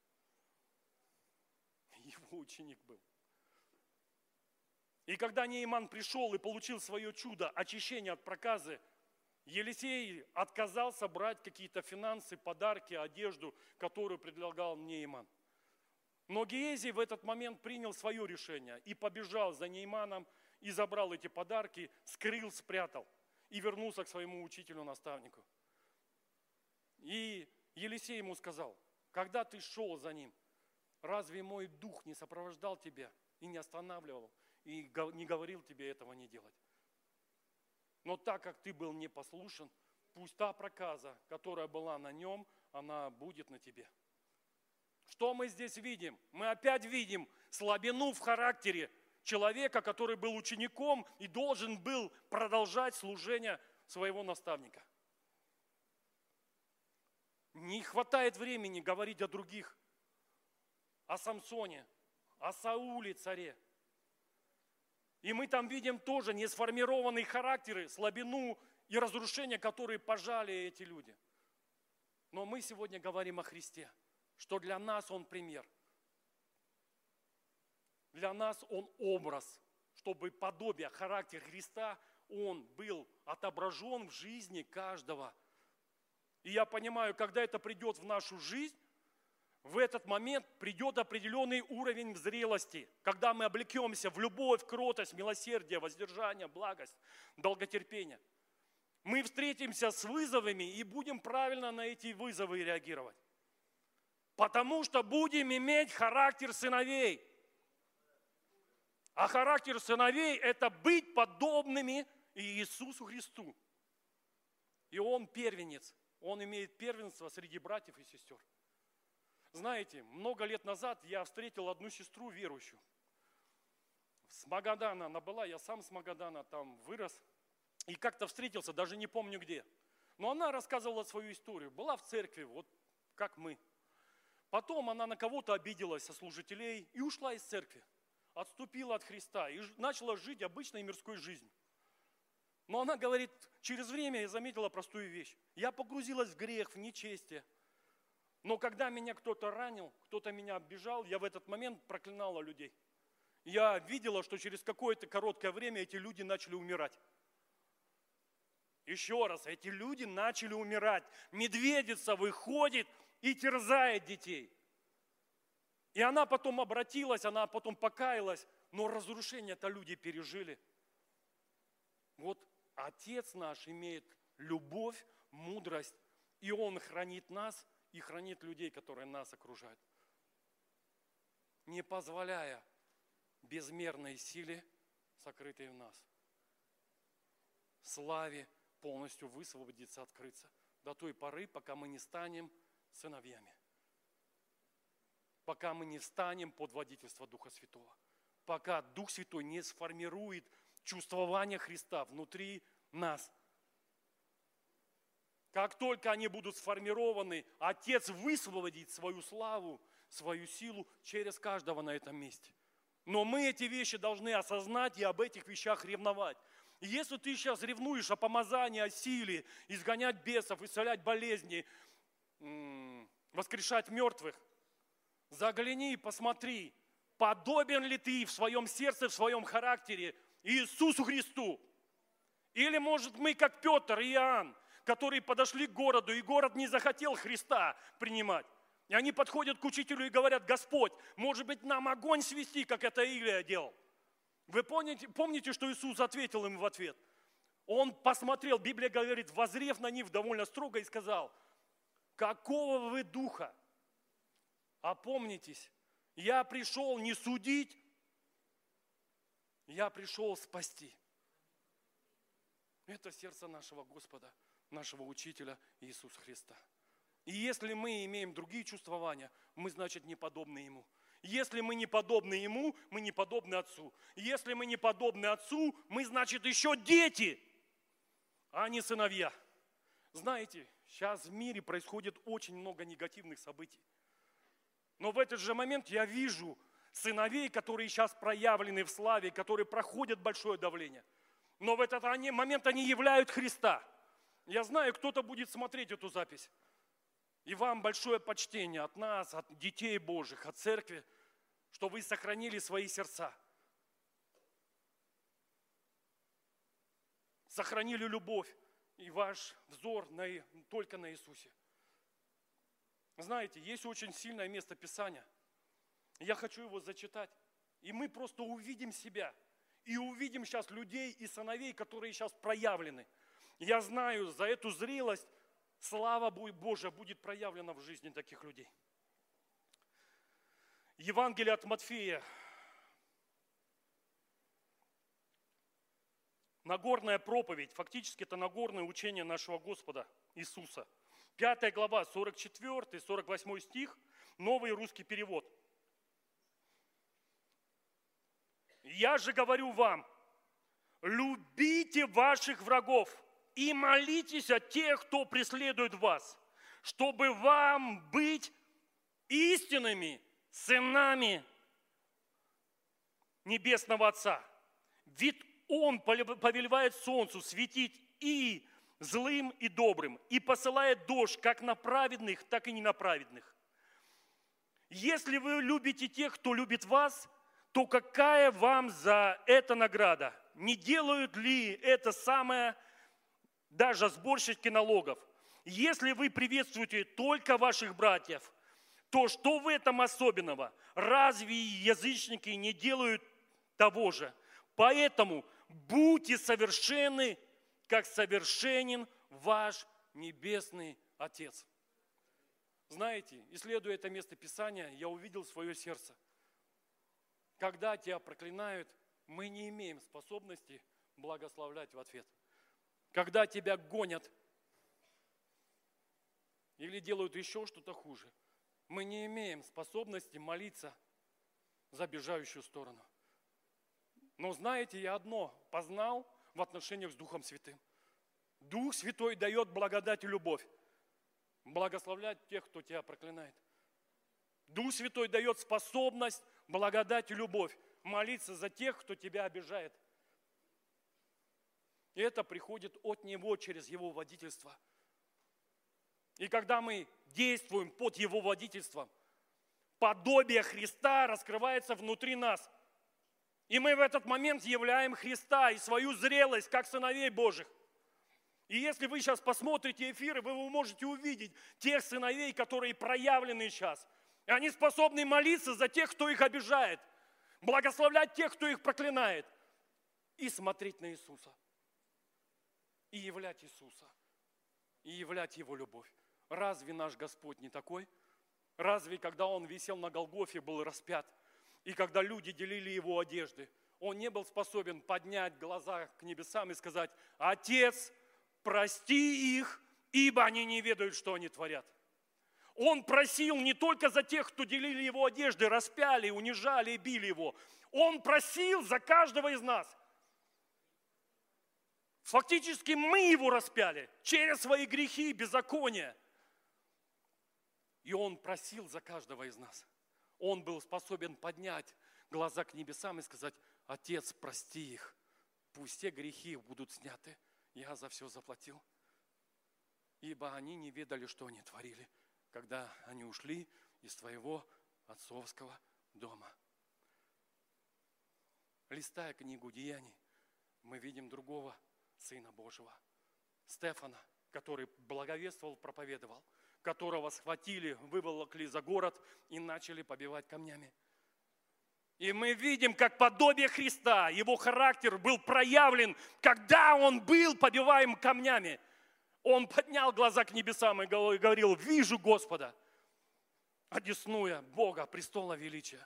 Его ученик был. И когда Неиман пришел и получил свое чудо, очищение от проказы, Елисей отказался брать какие-то финансы, подарки, одежду, которую предлагал Неиман. Но Гиезий в этот момент принял свое решение и побежал за Неиманом, и забрал эти подарки, скрыл, спрятал и вернулся к своему учителю-наставнику. И Елисей ему сказал: когда ты шел за ним, разве мой дух не сопровождал тебя и не останавливал, и не говорил тебе этого не делать? Но так как ты был непослушен, пусть та проказа, которая была на нем, она будет на тебе. Что мы здесь видим? Мы опять видим слабину в характере человека, который был учеником и должен был продолжать служение своего наставника. Не хватает времени говорить о других, о Самсоне, о Сауле, царе. И мы там видим тоже несформированные характеры, слабину и разрушения, которые пожали эти люди. Но мы сегодня говорим о Христе, что для нас Он пример. Для нас Он образ, чтобы подобие, характер Христа, Он был отображен в жизни каждого. И я понимаю, когда это придет в нашу жизнь, в этот момент придет определенный уровень зрелости, когда мы облекемся в любовь, кротость, милосердие, воздержание, благость, долготерпение. Мы встретимся с вызовами и будем правильно на эти вызовы реагировать. Потому что будем иметь характер сыновей. А характер сыновей – это быть подобными Иисусу Христу. И Он первенец, Он имеет первенство среди братьев и сестер. Знаете, много лет назад я встретил одну сестру верующую. С Магадана она была, я сам с Магадана там вырос. И как-то встретился, даже не помню где. Но она рассказывала свою историю. Была в церкви, вот как мы. Потом она на кого-то обиделась, со служителей, и ушла из церкви. Отступила от Христа и начала жить обычной мирской жизнью. Но она говорит, через время я заметила простую вещь. Я погрузилась в грех, в нечестие. Но когда меня кто-то ранил, кто-то меня обижал, я в этот момент проклинала людей. Я видела, что через какое-то короткое время эти люди начали умирать. Еще раз, эти люди начали умирать. Медведица выходит и терзает детей. И она потом обратилась, она потом покаялась, но разрушение-то люди пережили. Вот Отец наш имеет любовь, мудрость, и Он хранит нас и хранит людей, которые нас окружают, не позволяя безмерной силе, сокрытой в нас, славе полностью высвободиться, открыться до той поры, пока мы не станем сыновьями, пока мы не встанем под водительство Духа Святого, пока Дух Святой не сформирует чувствование Христа внутри нас. Как только они будут сформированы, Отец высвободит свою славу, свою силу через каждого на этом месте. Но мы эти вещи должны осознать и об этих вещах ревновать. И если ты сейчас ревнуешь о помазании, о силе, изгонять бесов, исцелять болезни, воскрешать мертвых, загляни и посмотри, подобен ли ты в своем сердце, в своем характере Иисусу Христу. Или, может, мы, как Петр и Иоанн, которые подошли к городу, и город не захотел Христа принимать. И они подходят к учителю и говорят: Господь, может быть, нам огонь свести, как это Илия делал? Вы помните, что Иисус ответил им в ответ? Он посмотрел, Библия говорит, воззрев на них довольно строго и сказал: какого вы духа? Опомнитесь, я пришел не судить, я пришел спасти. Это сердце нашего Господа, нашего Учителя Иисуса Христа. И если мы имеем другие чувствования, мы, значит, не подобны Ему. Если мы не подобны Ему, мы не подобны Отцу. Если мы не подобны Отцу, мы, значит, еще дети, а не сыновья. Знаете, сейчас в мире происходит очень много негативных событий. Но в этот же момент я вижу сыновей, которые сейчас проявлены в славе, которые проходят большое давление. Но в этот момент они являют Христа. Я знаю, кто-то будет смотреть эту запись. И вам большое почтение от нас, от детей Божьих, от церкви, что вы сохранили свои сердца. Сохранили любовь и ваш взор только на Иисусе. Знаете, есть очень сильное место Писания. Я хочу его зачитать. И мы просто увидим себя. И увидим сейчас людей и сыновей, которые сейчас проявлены. Я знаю, за эту зрелость слава Божия будет проявлена в жизни таких людей. Евангелие от Матфея. Нагорная проповедь. Фактически это Нагорное учение нашего Господа Иисуса. 5 глава, 44-48 стих. Новый русский перевод. Я же говорю вам, любите ваших врагов и молитесь о тех, кто преследует вас, чтобы вам быть истинными сынами Небесного Отца. Ведь Он повелевает солнцу светить и злым, и добрым, и посылает дождь как на праведных, так и не на праведных. Если вы любите тех, кто любит вас, то какая вам за это награда? Не делают ли это самое даже сборщики налогов? Если вы приветствуете только ваших братьев, то что в этом особенного? Разве язычники не делают того же? Поэтому будьте совершенны, как совершенен ваш Небесный Отец. Знаете, исследуя это место Писания, я увидел свое сердце. Когда тебя проклинают, мы не имеем способности благословлять в ответ. Когда тебя гонят или делают еще что-то хуже, мы не имеем способности молиться за обижающую сторону. Но знаете, я одно познал в отношениях с Духом Святым. Дух Святой дает благодать и любовь. Благословлять тех, кто тебя проклинает. Дух Святой дает способность, благодать и любовь молиться за тех, кто тебя обижает. И это приходит от Него через Его водительство. И когда мы действуем под Его водительством, подобие Христа раскрывается внутри нас. И мы в этот момент являем Христа и свою зрелость, как сыновей Божьих. И если вы сейчас посмотрите эфиры, вы можете увидеть тех сыновей, которые проявлены сейчас. И они способны молиться за тех, кто их обижает, благословлять тех, кто их проклинает, и смотреть на Иисуса, и являть Иисуса, и являть Его любовь. Разве наш Господь не такой? Разве, когда Он висел на Голгофе, был распят, и когда люди делили Его одежды, Он не был способен поднять глаза к небесам и сказать: «Отец, прости их, ибо они не ведают, что они творят». Он просил не только за тех, кто делили Его одежды, распяли, унижали и били Его. Он просил за каждого из нас. Фактически мы Его распяли через свои грехи, беззакония. И Он просил за каждого из нас. Он был способен поднять глаза к небесам и сказать: «Отец, прости их, пусть все грехи будут сняты, я за все заплатил». Ибо они не ведали, что они творили, когда они ушли из твоего отцовского дома. Листая книгу Деяний, мы видим другого Сына Божьего, Стефана, который благовествовал, проповедовал, которого схватили, выволокли за город и начали побивать камнями. И мы видим, как подобие Христа, Его характер был проявлен, когда Он был побиваем камнями. Он поднял глаза к небесам и говорил: «Вижу Господа, одесную Бога, престола величия».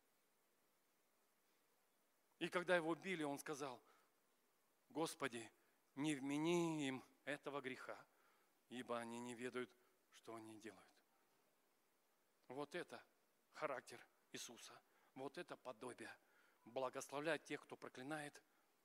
И когда Его били, Он сказал: «Господи, не вмени им этого греха, ибо они не ведают, что они делают». Вот это характер Иисуса. Вот это подобие. Благословлять тех, кто проклинает.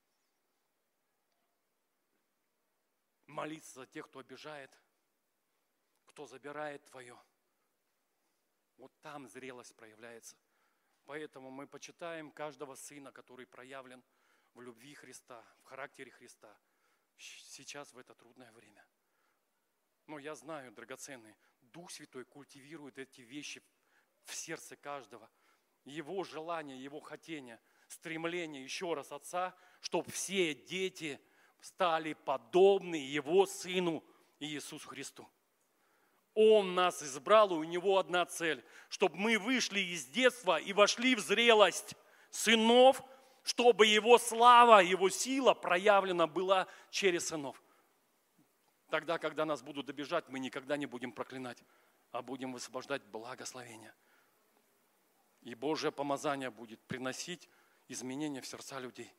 Молиться за тех, кто обижает, кто забирает твое. Вот там зрелость проявляется. Поэтому мы почитаем каждого сына, который проявлен в любви Христа, в характере Христа. Сейчас в это трудное время. Но я знаю, драгоценный, Дух Святой культивирует эти вещи в сердце каждого. Его желание, его хотение, стремление, еще раз, Отца, чтобы все дети стали подобны Его Сыну Иисусу Христу. Он нас избрал, и у Него одна цель, чтобы мы вышли из детства и вошли в зрелость сынов, чтобы Его слава, Его сила проявлена была через сынов. Тогда, когда нас будут обижать, мы никогда не будем проклинать, а будем высвобождать благословение. И Божье помазание будет приносить изменения в сердца людей.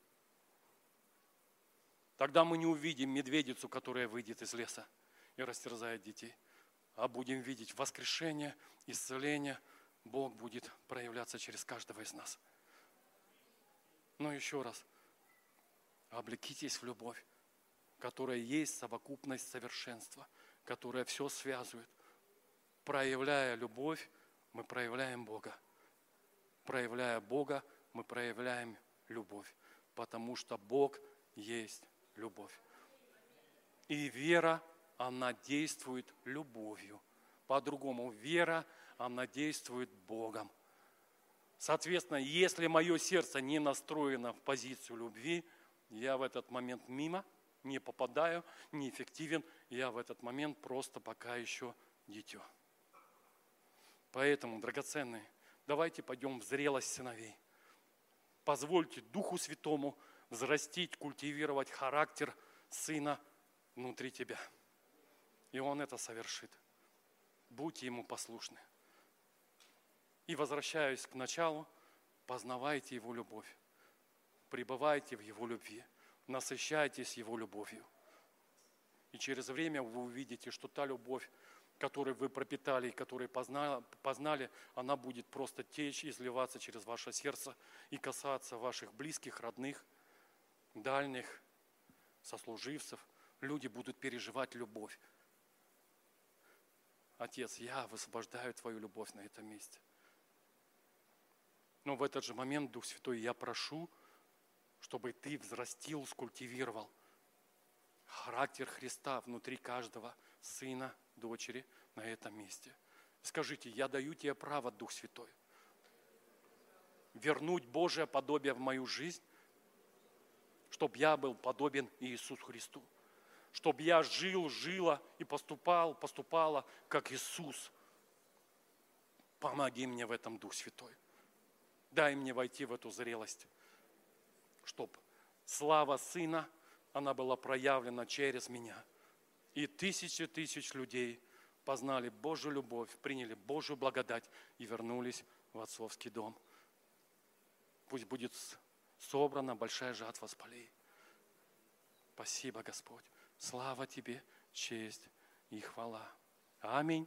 Тогда мы не увидим медведицу, которая выйдет из леса и растерзает детей, а будем видеть воскрешение, исцеление. Бог будет проявляться через каждого из нас. Но еще раз, облекитесь в любовь, которая есть совокупность совершенства, которая все связывает. Проявляя любовь, мы проявляем Бога. Проявляя Бога, мы проявляем любовь, потому что Бог есть любовь. И вера, она действует любовью. По-другому, вера, она действует Богом. Соответственно, если мое сердце не настроено в позицию любви, я в этот момент мимо, не попадаю, неэффективен, я в этот момент просто пока еще дитё. Поэтому, драгоценные, давайте пойдем в зрелость сыновей. Позвольте Духу Святому взрастить, культивировать характер Сына внутри тебя. И Он это совершит. Будьте Ему послушны. И возвращаясь к началу, познавайте Его любовь. Пребывайте в Его любви. Насыщайтесь Его любовью. И через время вы увидите, что та любовь, которую вы пропитали и которую познали, она будет просто течь, изливаться через ваше сердце и касаться ваших близких, родных, дальних, сослуживцев. Люди будут переживать любовь. Отец, я высвобождаю Твою любовь на этом месте. Но в этот же момент, Дух Святой, я прошу, чтобы Ты взрастил, скультивировал характер Христа внутри каждого сына, дочери на этом месте. Скажите, я даю тебе право, Дух Святой, вернуть Божие подобие в мою жизнь, чтобы я был подобен Иисусу Христу. Чтобы я жила и поступала, как Иисус. Помоги мне в этом, Дух Святой. Дай мне войти в эту зрелость, чтобы слава Сына, она была проявлена через меня. И тысячи тысяч людей познали Божью любовь, приняли Божью благодать и вернулись в отцовский дом. Пусть будет собрана большая жатва с полей. Спасибо, Господь. Слава Тебе, честь и хвала. Аминь.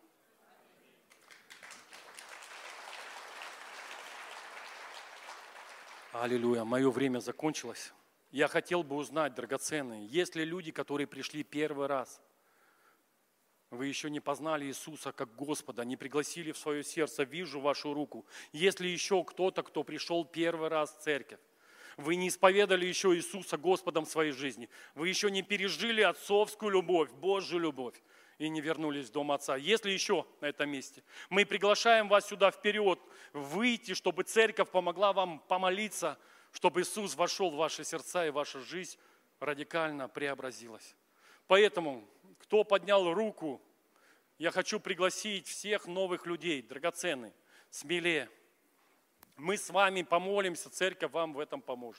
Аллилуйя. Мое время закончилось. Я хотел бы узнать, драгоценные, есть ли люди, которые пришли первый раз, вы еще не познали Иисуса как Господа, не пригласили в свое сердце, вижу вашу руку. Есть ли еще кто-то, кто пришел первый раз в церковь? Вы не исповедали еще Иисуса Господом в своей жизни. Вы еще не пережили отцовскую любовь, Божью любовь и не вернулись в дом Отца. Есть ли еще на этом месте? Мы приглашаем вас сюда вперед, выйти, чтобы церковь помогла вам помолиться, чтобы Иисус вошел в ваши сердца и ваша жизнь радикально преобразилась. Поэтому, кто поднял руку, я хочу пригласить всех новых людей, драгоценных, смелее. Мы с вами помолимся, церковь вам в этом поможет.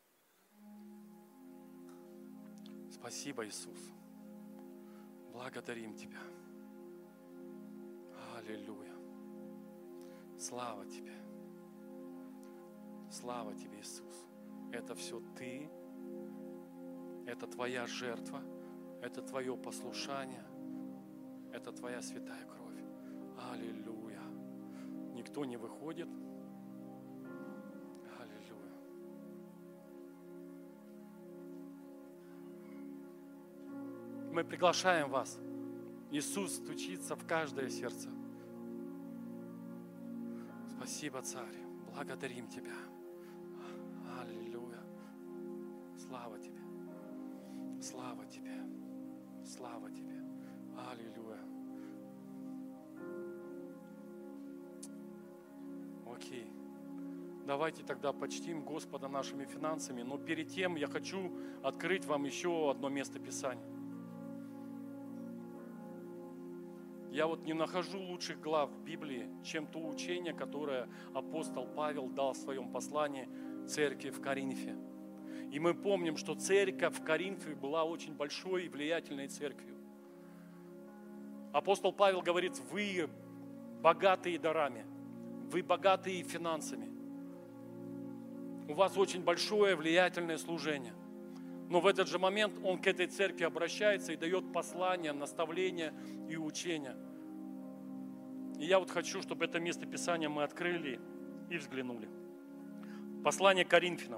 Спасибо, Иисус. Благодарим Тебя. Аллилуйя. Слава Тебе. Слава Тебе, Иисус. Это все Ты, это Твоя жертва, это Твое послушание, это Твоя святая кровь. Аллилуйя. Никто не выходит. Аллилуйя. Мы приглашаем вас. Иисус стучится в каждое сердце. Спасибо, Царь. Благодарим Тебя. Аллилуйя. Слава Тебе. Слава Тебе. Слава Тебе. Аллилуйя. Окей. Давайте тогда почтим Господа нашими финансами. Но перед тем я хочу открыть вам еще одно место Писания. Я вот не нахожу лучших глав в Библии, чем то учение, которое апостол Павел дал в своем послании церкви в Коринфе. И мы помним, что церковь в Коринфе была очень большой и влиятельной церковью. Апостол Павел говорит, вы богатые дарами, вы богатые финансами. У вас очень большое влиятельное служение. Но в этот же момент он к этой церкви обращается и дает послание, наставление и учение. И я вот хочу, чтобы это место Писания мы открыли и взглянули. Послание к Коринфянам.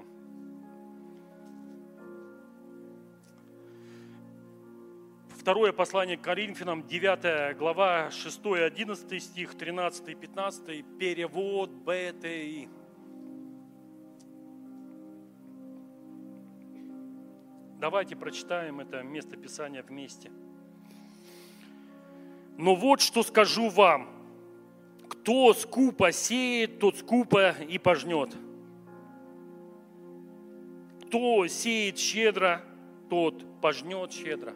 Второе послание к Коринфянам, 9 глава, 6-11 стих, 13-15, перевод БТИ. Давайте прочитаем это место Писания вместе. Но вот что скажу вам. Кто скупо сеет, тот скупо и пожнет. Кто сеет щедро, тот пожнет щедро.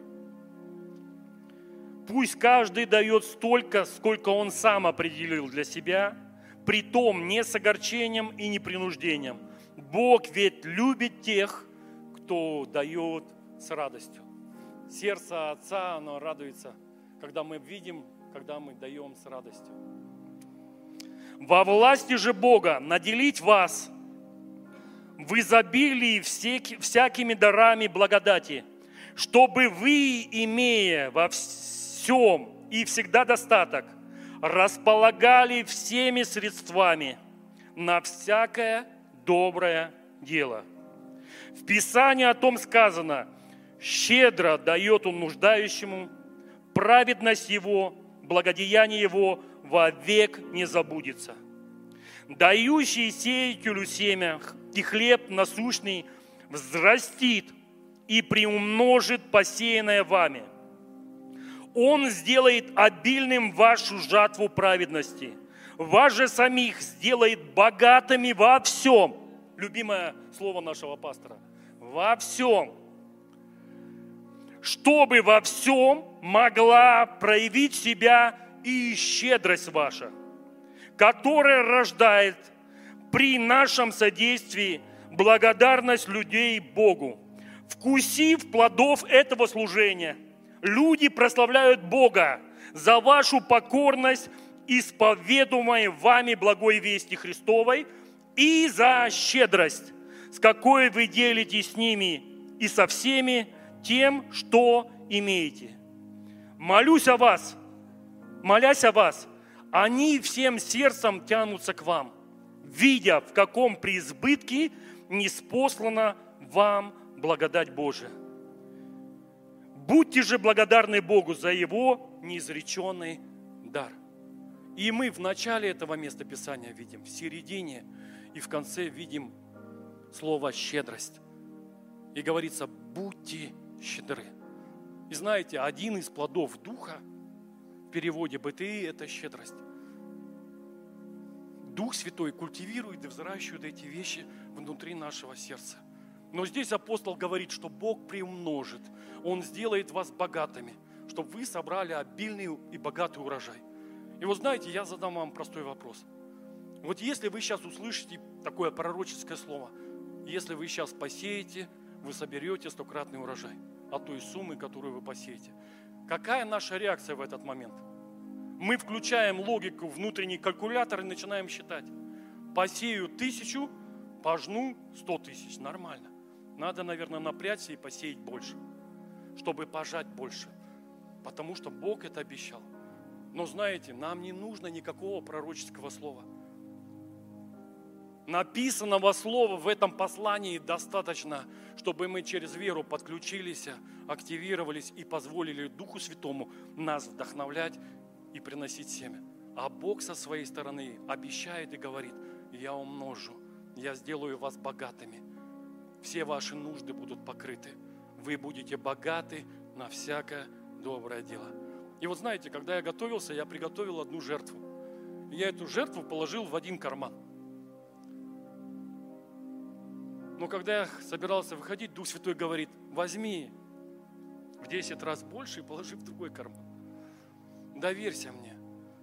Пусть каждый дает столько, сколько он сам определил для себя, притом не с огорчением и не принуждением. Бог ведь любит тех, кто дает с радостью. Сердце Отца, оно радуется, когда мы видим, когда мы даем с радостью. Во власти же Бога наделить вас в изобилии всякими дарами благодати, чтобы вы, имея во всем и всегда достаток, располагали всеми средствами на всякое доброе дело. В Писании о том сказано, щедро дает он нуждающему, праведность его, благодеяние его вовек не забудется. Дающий сеятелю семя и хлеб насущный взрастит и приумножит посеянное вами. Он сделает обильным вашу жатву праведности. Вас же самих сделает богатыми во всем. Любимое слово нашего пастора. Во всем. Чтобы во всем могла проявить себя и щедрость ваша, которая рождает при нашем содействии благодарность людей Богу. Вкусив плодов этого служения, люди прославляют Бога за вашу покорность исповедуемой вами благой вести Христовой и за щедрость, с какой вы делитесь с ними и со всеми тем, что имеете. Молясь о вас, они всем сердцем тянутся к вам, видя, в каком преизбытке ниспослана вам благодать Божия. Будьте же благодарны Богу за Его неизреченный дар. И мы в начале этого места Писания видим, в середине и в конце видим слово «щедрость». И говорится: будьте щедры. И знаете, один из плодов Духа в переводе БТИ – это щедрость. Дух Святой культивирует и взращивает эти вещи внутри нашего сердца. Но здесь апостол говорит, что Бог приумножит. Он сделает вас богатыми, чтобы вы собрали обильный и богатый урожай. И вот знаете, я задам вам простой вопрос. Вот если вы сейчас услышите такое пророческое слово, если вы сейчас посеете, вы соберете стократный урожай от той суммы, которую вы посеете. Какая наша реакция в этот момент? Мы включаем логику, внутренний калькулятор и начинаем считать. Посею 1000, пожну 100 000. Нормально. Надо, наверное, напрячься и посеять больше, чтобы пожать больше. Потому что Бог это обещал. Но знаете, нам не нужно никакого пророческого слова. Написанного слова в этом послании достаточно, чтобы мы через веру подключились, активировались и позволили Духу Святому нас вдохновлять и приносить семя. А Бог со своей стороны обещает и говорит: я умножу, я сделаю вас богатыми. Все ваши нужды будут покрыты. Вы будете богаты на всякое доброе дело. И вот знаете, когда я готовился, я приготовил одну жертву. Я эту жертву положил в один карман. Но когда я собирался выходить, Дух Святой говорит: возьми в 10 раз больше и положи в другой карман. Доверься мне.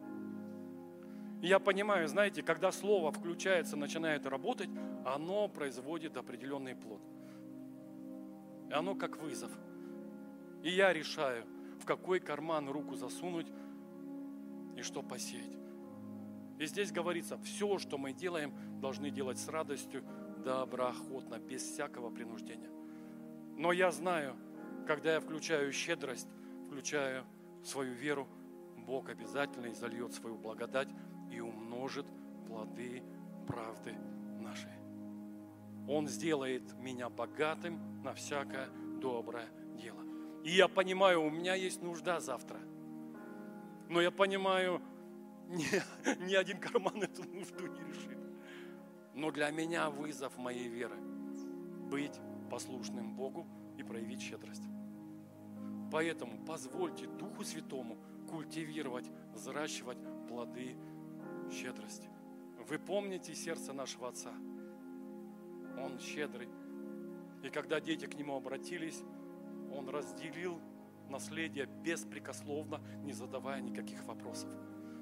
И я понимаю, знаете, когда слово включается, начинает работать, оно производит определенный плод. И оно как вызов. И я решаю, в какой карман руку засунуть и что посеять. И здесь говорится, все, что мы делаем, должны делать с радостью, доброохотно, без всякого принуждения. Но я знаю, когда я включаю щедрость, включаю свою веру, Бог обязательно изольет свою благодать и умножит плоды правды нашей. Он сделает меня богатым на всякое доброе дело. И я понимаю, у меня есть нужда завтра. Но я понимаю, ни один карман эту нужду не решит. Но для меня вызов моей веры – быть послушным Богу и проявить щедрость. Поэтому позвольте Духу Святому культивировать, взращивать плоды щедрости. Вы помните сердце нашего Отца? Он щедрый. И когда дети к Нему обратились, Он разделил наследие беспрекословно, не задавая никаких вопросов.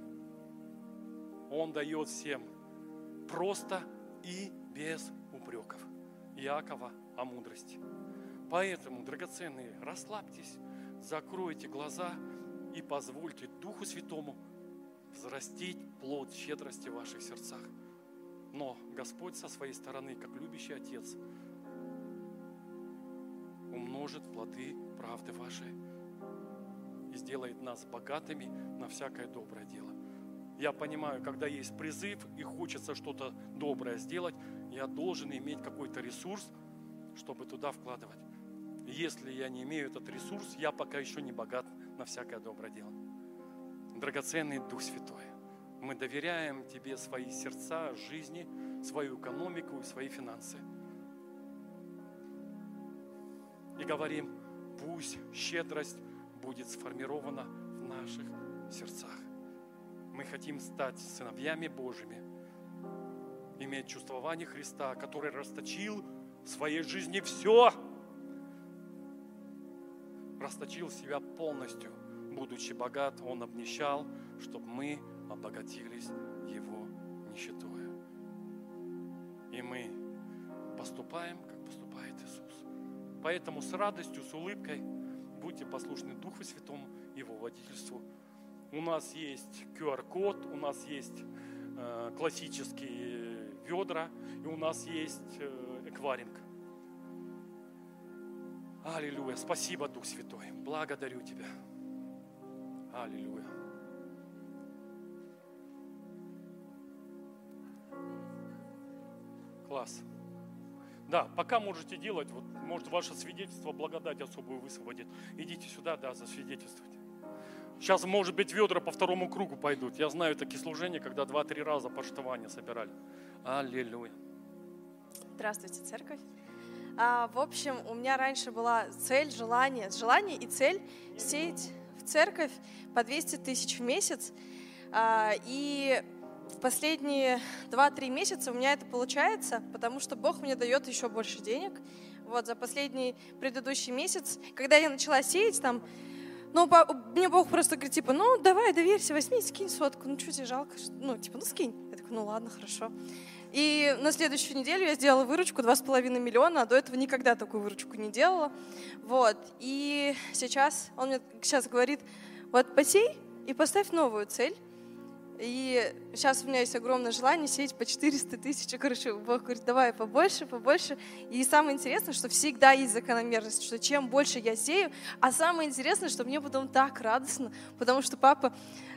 Он дает всем просто и без упреков. Иакова о мудрости. Поэтому, драгоценные, расслабьтесь, закройте глаза и позвольте Духу Святому взрастить плод щедрости в ваших сердцах. Но Господь со своей стороны, как любящий Отец, умножит плоды правды вашей и сделает нас богатыми на всякое доброе дело. Я понимаю, когда есть призыв и хочется что-то доброе сделать, я должен иметь какой-то ресурс, чтобы туда вкладывать. Если я не имею этот ресурс, я пока еще не богат на всякое доброе дело. Драгоценный Дух Святой, мы доверяем Тебе свои сердца, жизни, свою экономику и свои финансы. и говорим, пусть щедрость будет сформирована в наших сердцах. Мы хотим стать сыновьями Божьими, иметь чувствование Христа, который расточил в своей жизни все, расточил себя полностью. Будучи богат, Он обнищал, чтобы мы обогатились Его нищетой. И мы поступаем, как поступает Иисус. Поэтому с радостью, с улыбкой будьте послушны Духу Святому, Его водительству. У нас есть QR-код, у нас есть классические ведра, и у нас есть эквайринг. Аллилуйя. Спасибо, Дух Святой. Благодарю Тебя. Аллилуйя. Класс. Да, пока можете делать, вот, может, ваше свидетельство благодать особую высвободит. Идите сюда, да, засвидетельствуйте. Сейчас, может быть, ведра по второму кругу пойдут. Я знаю такие служения, когда 2-3 раза поштование собирали. Аллилуйя. Здравствуйте, церковь. В общем, у меня раньше была цель, желание и цель сеять в церковь по 200 тысяч в месяц. И в последние 2-3 месяца у меня это получается, потому что Бог мне дает еще больше денег. Вот за последний предыдущий месяц, когда я начала сеять, там, мне Бог просто говорит, типа, давай, доверься, возьми, скинь 100, что тебе жалко? Скинь. Я такая, ладно, хорошо. И на следующую неделю я сделала выручку 2,5 миллиона, а до этого никогда такую выручку не делала. Вот. И сейчас он мне говорит, вот посей и поставь новую цель. И сейчас у меня есть огромное желание сеять по 400 тысяч. Короче, Бог говорит, давай побольше. И самое интересное, что всегда есть закономерность, что чем больше я сею, а самое интересное, что мне потом так радостно, потому что папа,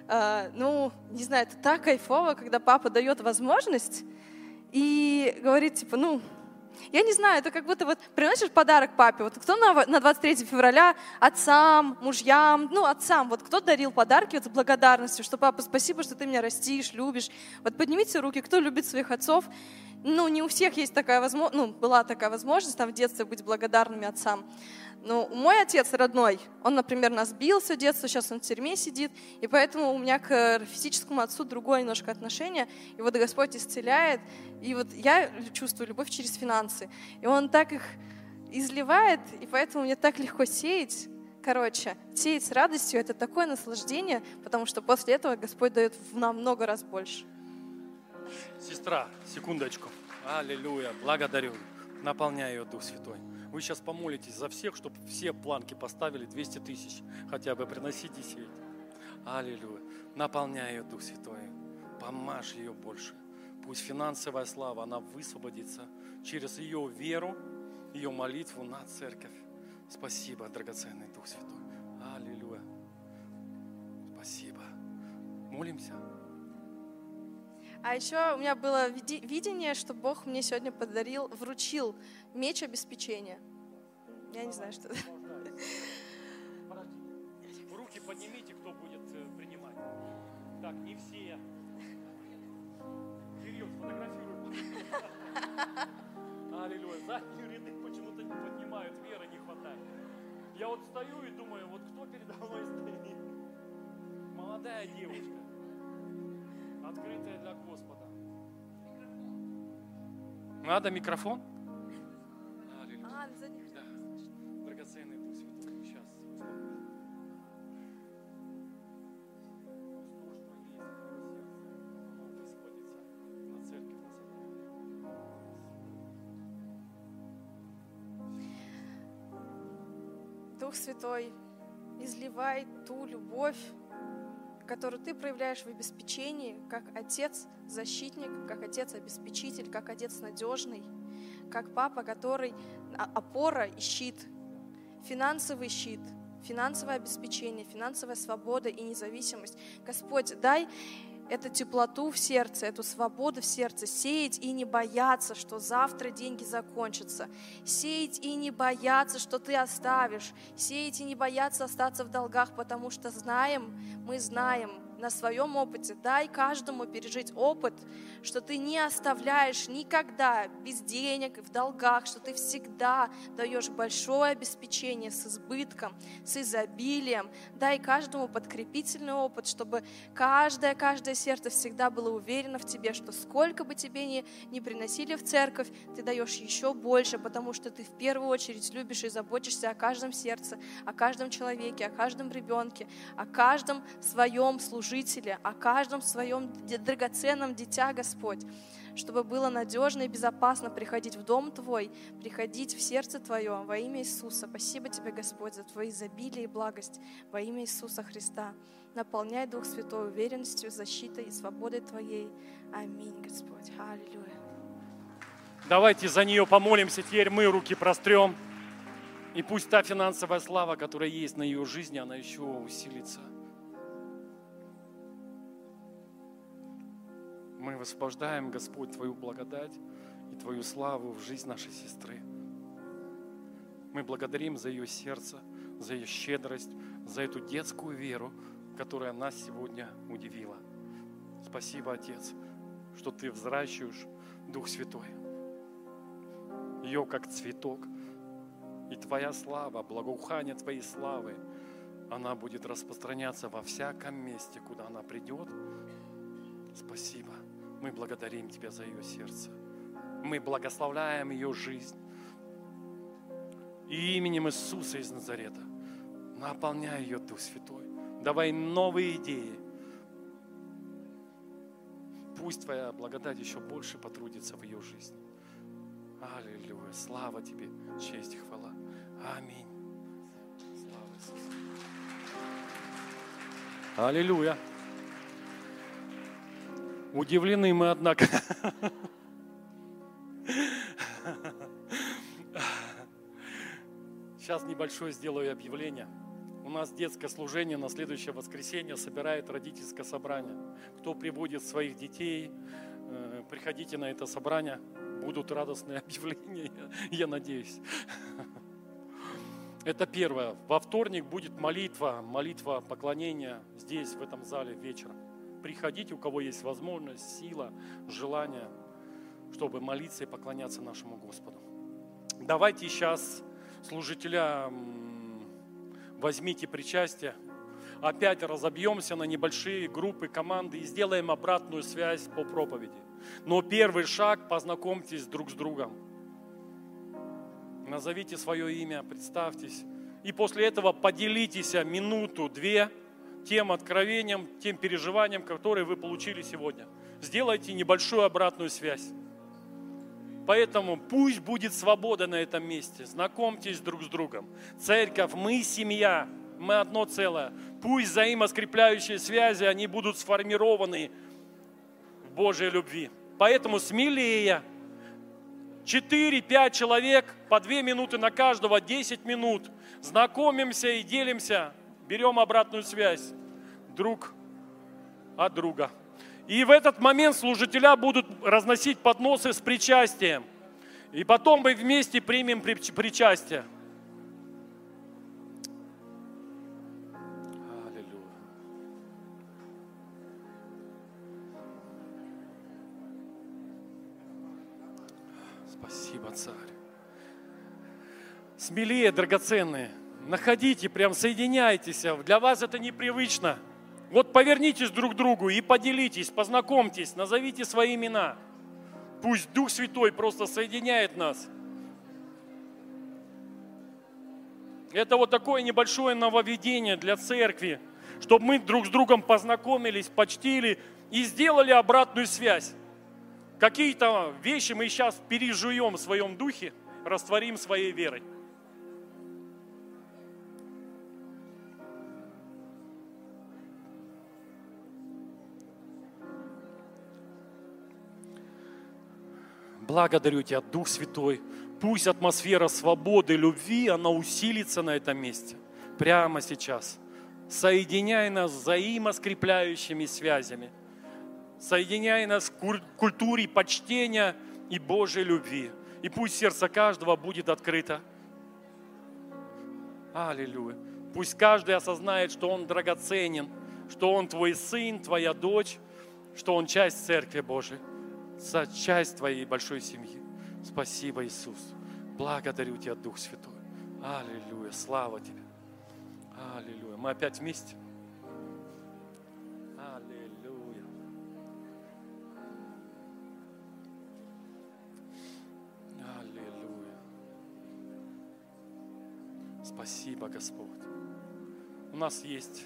не знаю, это так кайфово, когда папа дает возможность и говорит, типа, я не знаю, это как будто вот приносишь подарок папе. Вот кто на 23 февраля отцам, мужьям, отцам, вот кто дарил подарки вот с благодарностью, что папа, спасибо, что ты меня растишь, любишь. Вот поднимите руки, кто любит своих отцов. Не у всех есть такая возможность, была такая возможность там в детстве быть благодарными отцам. Мой отец родной, он, например, нас бил все детство, сейчас он в тюрьме сидит, и поэтому у меня к физическому отцу другое немножко отношение, и вот Господь исцеляет, и вот я чувствую любовь через финансы, и Он так их изливает, и поэтому мне так легко сеять. Короче, сеять с радостью – это такое наслаждение, потому что после этого Господь дает нам много раз больше. Сестра, секундочку. Аллилуйя, благодарю. Наполняю ее Дух Святой. Вы сейчас помолитесь за всех, чтобы все планки поставили 200 тысяч. Хотя бы приносите сеять. Аллилуйя. Наполняй ее Дух Святой. Помажь ее больше. Пусть финансовая слава, она высвободится через ее веру, ее молитву на церковь. Спасибо, драгоценный Дух Святой. Аллилуйя. Спасибо. Молимся. А еще у меня было видение, что Бог мне сегодня вручил меч обеспечения. Я не знаю, что это. Руки поднимите, кто будет принимать. Так, не все. Кирилл, сфотографируй. Аллилуйя. Задние ряды почему-то не поднимают, веры не хватает. Я вот стою и думаю, вот кто передо мной стоит? Молодая девушка. Открытая для Господа. Надо микрофон? Аллилуйя. Да. Драгоценный Дух Святой. Сейчас. На церковь, на Дух Святой, изливай ту любовь, которую ты проявляешь в обеспечении, как отец-защитник, как отец-обеспечитель, как отец надежный, как папа, который опора и щит, финансовый щит, финансовое обеспечение, финансовая свобода и независимость. Господь, дай эту теплоту в сердце, эту свободу в сердце, сеять и не бояться, что завтра деньги закончатся, сеять и не бояться, что ты оставишь, сеять и не бояться остаться в долгах, потому что мы знаем на своем опыте, дай каждому пережить опыт, что ты не оставляешь никогда без денег, в долгах, что ты всегда даешь большое обеспечение с избытком, с изобилием. Дай каждому подкрепительный опыт, чтобы каждое сердце всегда было уверено в тебе, что сколько бы тебе ни приносили в церковь, ты даешь еще больше, потому что ты в первую очередь любишь и заботишься о каждом сердце, о каждом человеке, о каждом ребенке, о каждом своем служителе, о каждом своем драгоценном дитя, Господь, чтобы было надежно и безопасно приходить в дом Твой, приходить в сердце Твое во имя Иисуса. Спасибо Тебе, Господь, за Твои изобилие и благость во имя Иисуса Христа. Наполняй Дух Святой уверенностью, защитой и свободой Твоей. Аминь, Господь. Аллилуйя. Давайте за нее помолимся, теперь мы руки прострем. И пусть та финансовая слава, которая есть на ее жизни, она еще усилится. Мы высвобождаем, Господь, Твою благодать и Твою славу в жизнь нашей сестры. Мы благодарим за ее сердце, за ее щедрость, за эту детскую веру, которая нас сегодня удивила. Спасибо, Отец, что Ты взращиваешь Дух Святой. Ее как цветок. И Твоя слава, благоухание Твоей славы, она будет распространяться во всяком месте, куда она придет. Спасибо. Мы благодарим Тебя за ее сердце. Мы благословляем ее жизнь. И именем Иисуса из Назарета наполняй ее, Дух Святой. Давай новые идеи. Пусть Твоя благодать еще больше потрудится в ее жизни. Аллилуйя. Слава Тебе, честь и хвала. Аминь. Слава Иисусу. Аллилуйя. Удивлены мы, однако. Сейчас небольшое сделаю объявление. У нас детское служение на следующее воскресенье собирает родительское собрание. Кто приводит своих детей, приходите на это собрание. Будут радостные объявления, я надеюсь. Это первое. Во вторник будет молитва поклонения здесь, в этом зале вечером. Приходите, у кого есть возможность, сила, желание, чтобы молиться и поклоняться нашему Господу. Давайте сейчас, служителя, возьмите причастие. Опять разобьемся на небольшие группы, команды и сделаем обратную связь по проповеди. Но первый шаг – познакомьтесь друг с другом. Назовите свое имя, представьтесь. И после этого поделитесь минуту-две тем откровением, тем переживанием, которые вы получили сегодня. Сделайте небольшую обратную связь. Поэтому пусть будет свобода на этом месте. Знакомьтесь друг с другом. Церковь, мы семья, мы одно целое. Пусть взаимоскрепляющие связи, они будут сформированы в Божьей любви. Поэтому смелее. 4-5 человек, по 2 минуты на каждого, 10 минут. Знакомимся и делимся. Берем обратную связь друг от друга. И в этот момент служителя будут разносить подносы с причастием. И потом мы вместе примем причастие. Аллилуйя. Спасибо, Царь. Смелее, драгоценные. Находите, прям соединяйтесь. Для вас это непривычно. Вот повернитесь друг к другу и поделитесь, познакомьтесь, назовите свои имена. Пусть Дух Святой просто соединяет нас. Это вот такое небольшое нововведение для церкви, чтобы мы друг с другом познакомились, почтили и сделали обратную связь. Какие-то вещи мы сейчас пережуем в своем духе, растворим своей верой. Благодарю Тебя, Дух Святой. Пусть атмосфера свободы, любви, она усилится на этом месте. Прямо сейчас. Соединяй нас взаимоскрепляющими связями. Соединяй нас в культуре почтения и Божьей любви. И пусть сердце каждого будет открыто. Аллилуйя. Пусть каждый осознает, что он драгоценен, что он твой сын, твоя дочь, что он часть Церкви Божией, часть твоей большой семьи. Спасибо, Иисус. Благодарю Тебя, Дух Святой. Аллилуйя. Слава Тебе. Аллилуйя. Мы опять вместе. Аллилуйя. Аллилуйя. Спасибо, Господь. У нас есть.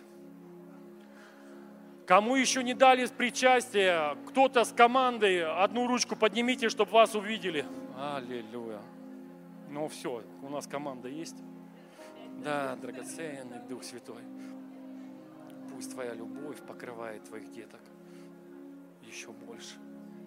Кому еще не дали причастие, кто-то с командой, одну ручку поднимите, чтобы вас увидели. Аллилуйя. Ну все, у нас команда есть. Да, драгоценный Дух Святой. Пусть Твоя любовь покрывает Твоих деток еще больше.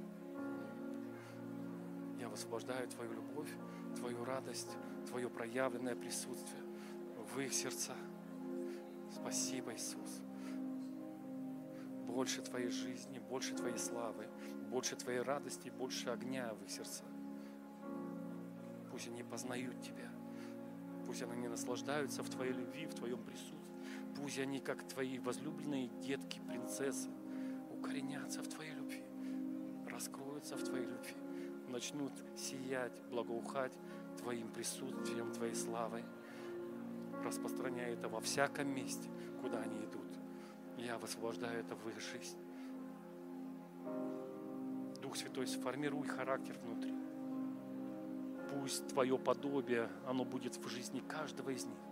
Я высвобождаю Твою любовь, Твою радость, Твое проявленное присутствие в их сердцах. Спасибо, Иисус. Больше Твоей жизни, больше Твоей славы, больше Твоей радости, больше огня в их сердцах. Пусть они познают Тебя. Пусть они наслаждаются в Твоей любви, в Твоем присутствии. Пусть они, как Твои возлюбленные детки, принцессы, укоренятся в Твоей любви, раскроются в Твоей любви, начнут сиять, благоухать Твоим присутствием, Твоей славой, распространяя это во всяком месте, куда они идут. Я высвобождаю это в их жизнь. Дух Святой, сформируй характер внутри. Пусть Твое подобие, оно будет в жизни каждого из них.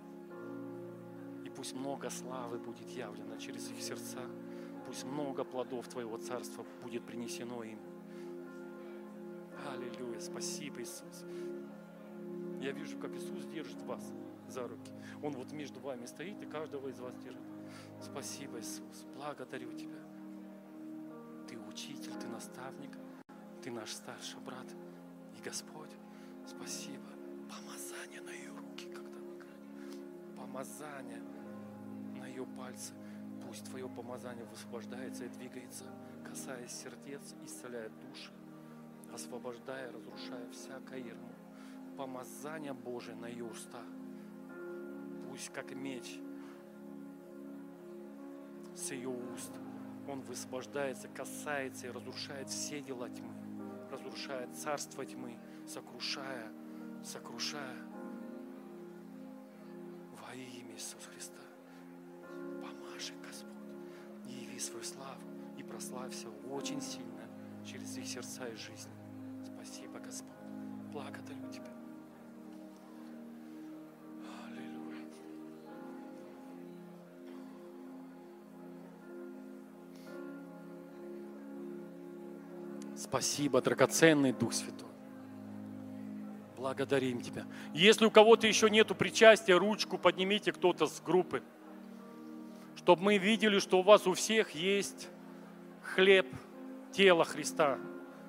И пусть много славы будет явлено через их сердца. Пусть много плодов Твоего Царства будет принесено им. Аллилуйя. Спасибо, Иисус. Я вижу, как Иисус держит вас за руки. Он вот между вами стоит и каждого из вас держит. Спасибо, Иисус. Благодарю Тебя. Ты учитель, Ты наставник, Ты наш старший брат и Господь. Спасибо. Помазание на ее руки, когда мы играем. Помазание на ее пальцы. Пусть Твое помазание высвобождается и двигается, касаясь сердец, исцеляя души, освобождая, разрушая всякое ярмо. Помазание Божие на ее уста. Пусть как меч с ее уст он высвобождается, касается и разрушает все дела тьмы, разрушает царство тьмы, сокрушая во имя Иисуса Христа. Помажи, Господь, и яви свою славу и прославься очень сильно через их сердца и жизнь. Спасибо, Господь. Благодарю Тебя. Аллилуйя. Спасибо, драгоценный Дух Святой. Благодарим Тебя. Если у кого-то еще нету причастия, ручку поднимите, кто-то с группы, чтобы мы видели, что у вас у всех есть хлеб, тело Христа.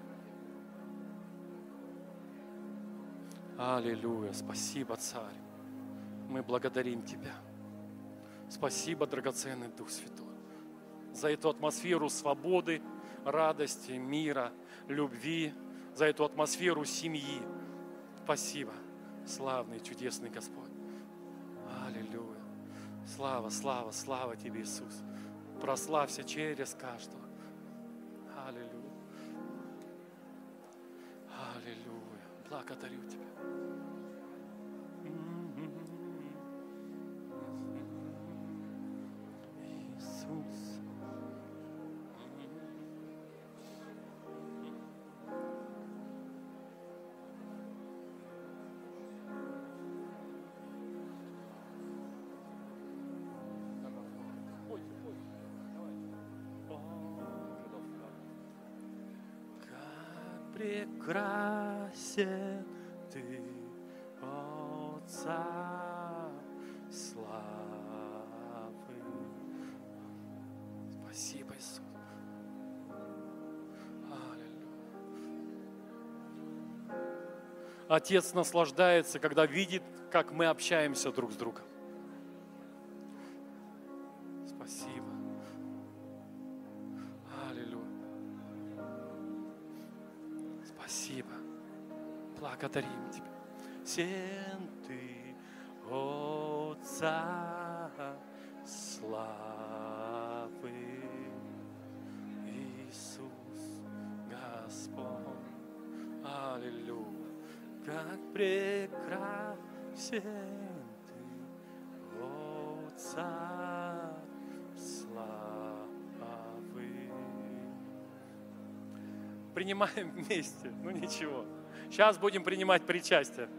Аллилуйя. Спасибо, Царь. Мы благодарим Тебя. Спасибо, драгоценный Дух Святой, за эту атмосферу свободы, радости, мира, любви, за эту атмосферу семьи. Спасибо, славный, чудесный Господь. Аллилуйя. Слава, слава, слава Тебе, Иисус. Прославься через каждого. Аллилуйя. Аллилуйя. Благодарю Тебя. Иисус. Прекрасен Ты, Отца славы. Спасибо, Иисус. Аллилуйя. Отец наслаждается, когда видит, как мы общаемся друг с другом. Спасибо. Аллилуйя. Спасибо. Благодарим Тебя. Святый Отца славы, Иисус Господь. Аллилуйя. Как прекрасен Ты, Отца славы. Принимаем вместе, ну ничего. Сейчас будем принимать причастие.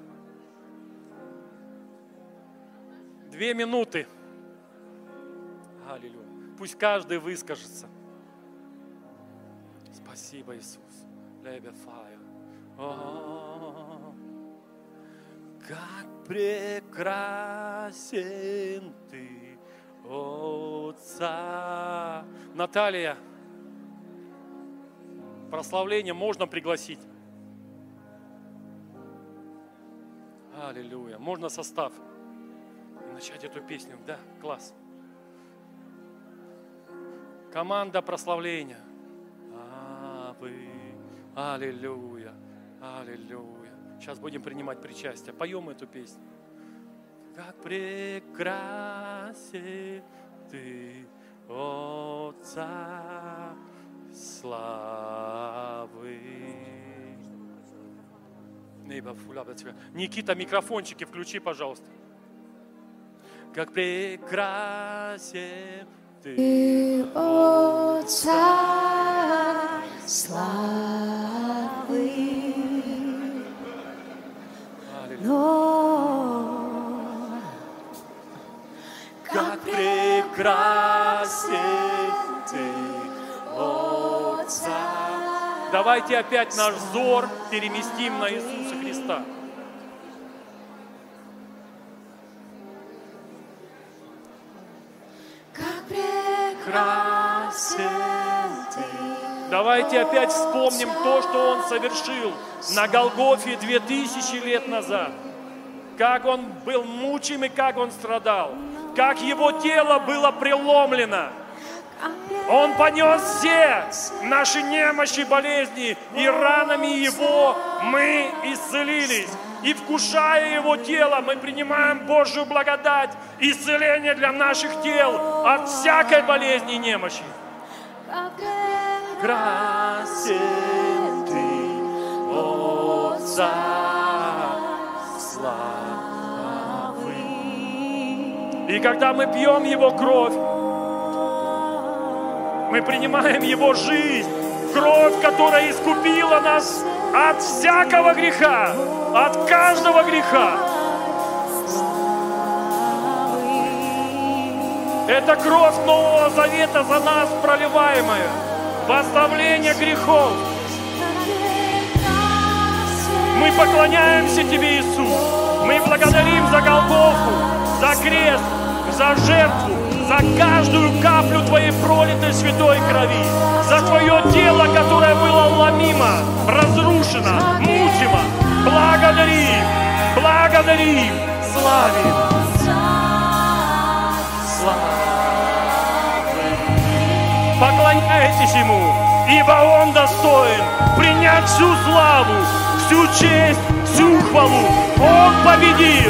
2 минуты. Аллилуйя. Пусть каждый выскажется. Спасибо, Иисус. Как прекрасен Ты, Отца. Наталья, прославление можно пригласить? Аллилуйя. Можно состав и начать эту песню. Да, класс. Команда прославления. Аллилуйя. Аллилуйя. Сейчас будем принимать причастие. Поем эту песню. Как прекрасен Ты, Отца славы. Никита, микрофончики включи, пожалуйста. Как прекрасен Ты, Отца славы. Но как прекрасен Ты, Отца. Давайте опять наш взор переместим на Иисуса Христа. как прекрасен Ты. Давайте опять вспомним то, что Он совершил на Голгофе 2000 лет назад. Как Он был мучим и как Он страдал. Как Его тело было преломлено. Он понес все наши немощи, болезни, и ранами Его мы исцелились. И вкушая Его тело, мы принимаем Божью благодать, исцеление для наших тел от всякой болезни и немощи. Прекрасен Ты, Отца славы. И когда мы пьем Его кровь, мы принимаем Его жизнь, кровь, которая искупила нас от всякого греха, от каждого греха. Это кровь Нового Завета за нас проливаемая, во оставление грехов. Мы поклоняемся Тебе, Иисус. Мы благодарим за Голгофу, за крест, за жертву, за каждую каплю Твоей пролитой святой крови, за Твое тело, которое было ломимо, разрушено, мучимо. Благодарим, благодарим, славим. Поклоняйтесь Ему, ибо Он достоин принять всю славу, всю честь, всю хвалу. Он победил.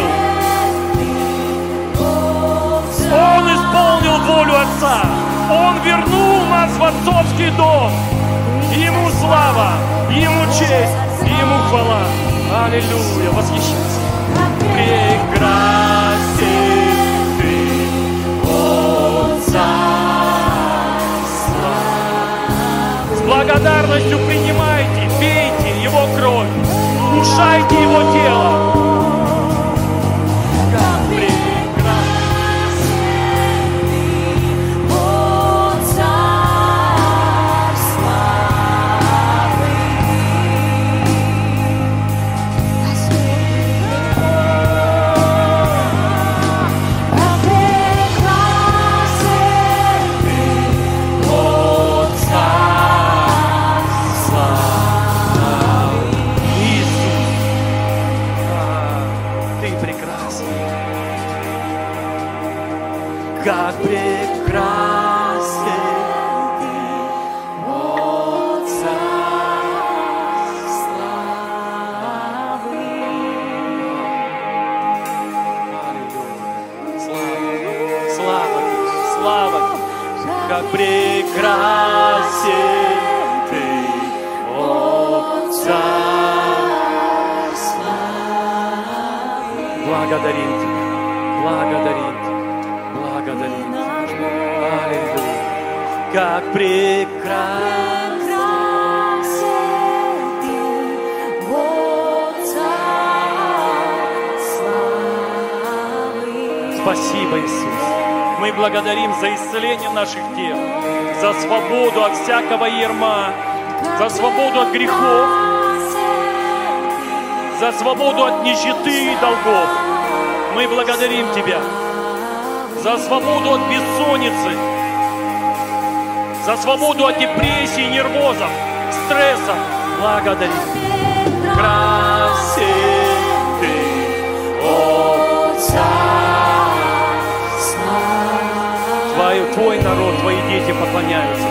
Он исполнил волю Отца. Он вернул нас в отцовский дом. Ему слава, Ему честь, Ему хвала. Аллилуйя, восхищайся. Прекрасен Ты, Отца. С благодарностью принимайте, пейте Его кровь, вкушайте Его тело. Как прекрасен Ты, Отца славы. Как прекрасен Ты, Отца славы. Иисус. слава Тебе. Как прекрасен Ты, о Царь. Благодарим Тебя, благодарим Тебя, благодарим Тебя. Аллилуйя. Как прекрасен Ты, о Царь славы. Спасибо, Иисус. Мы благодарим за исцеление наших тел, за свободу от всякого ярма, за свободу от грехов, за свободу от нищеты и долгов. Мы благодарим Тебя за свободу от бессонницы, за свободу от депрессии, нервозов, стресса. Благодарим. Красен Ты, о Царь. Твой народ, Твои дети поклоняются.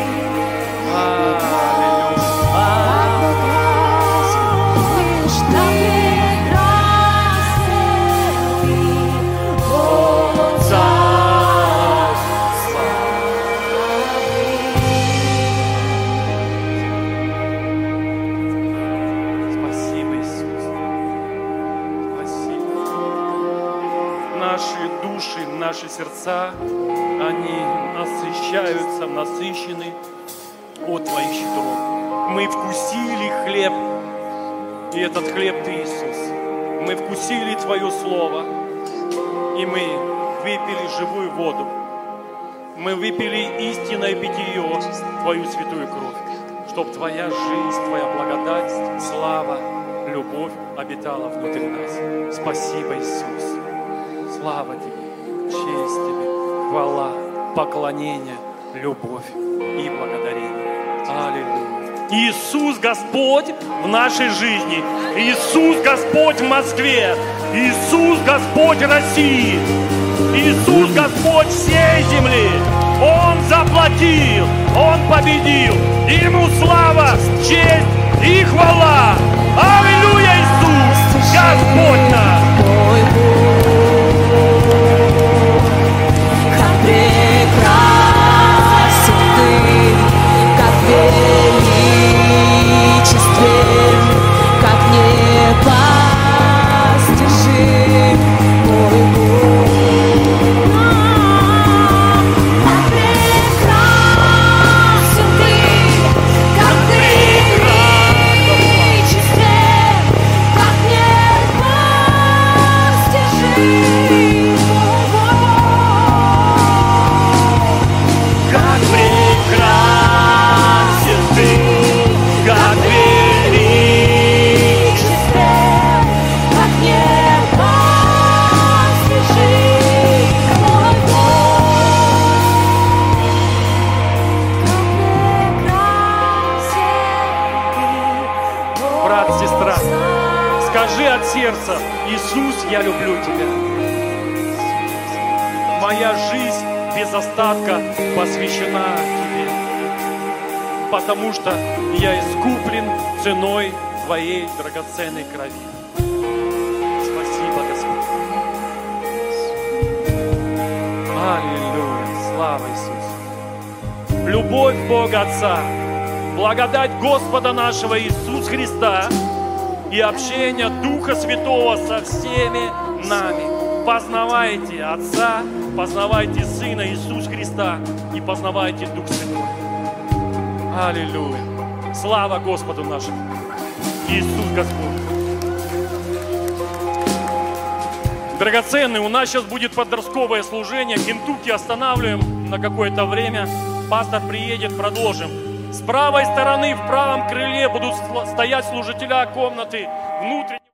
Спасибо, Иисус. Спасибо. Наши души, наши сердца, они насыщаются, насыщены от Твоих щедрот. Мы вкусили хлеб, и этот хлеб Ты, Иисус. Мы вкусили Твое Слово, и мы выпили живую воду. Мы выпили истинное питье, Твою святую кровь, чтобы Твоя жизнь, Твоя благодать, слава, любовь обитала внутри нас. Спасибо, Иисус. Слава Тебе, честь Тебе, хвала, поклонение, любовь и благодарение. Аллилуйя. Иисус Господь в нашей жизни. Иисус Господь в Москве. Иисус Господь России. Иисус Господь всей земли. Он заплатил, Он победил. Ему слава, честь и хвала. Аллилуйя, Иисус, Господь наш. Как прекрасен Ты, как величествен, как непостижим мой Бог. Как прекрасен Ты, как величествен, как непостижим мой Бог. Как прекрасен Ты, как Величествен, как непостижим мой Бог. Брат, сестра, скажи от сердца: Иисус, я люблю Тебя. Моя жизнь без остатка посвящена Тебе, потому что я искуплен ценой Твоей драгоценной крови. Спасибо, Господь. Аллилуйя. Слава Иисусу. Любовь Бога Отца, благодать Господа нашего Иисуса Христа и общение Духа Святого со всеми нами. Познавайте Отца, познавайте Сына Иисуса Христа и познавайте Дух Святой. Аллилуйя. Слава Господу нашему. Иисус Господь. Драгоценные, у нас сейчас будет подростковое служение. Кентукки останавливаем на какое-то время. Пастор приедет, продолжим. С правой стороны в правом крыле будут стоять служителя комнаты. Внутренне.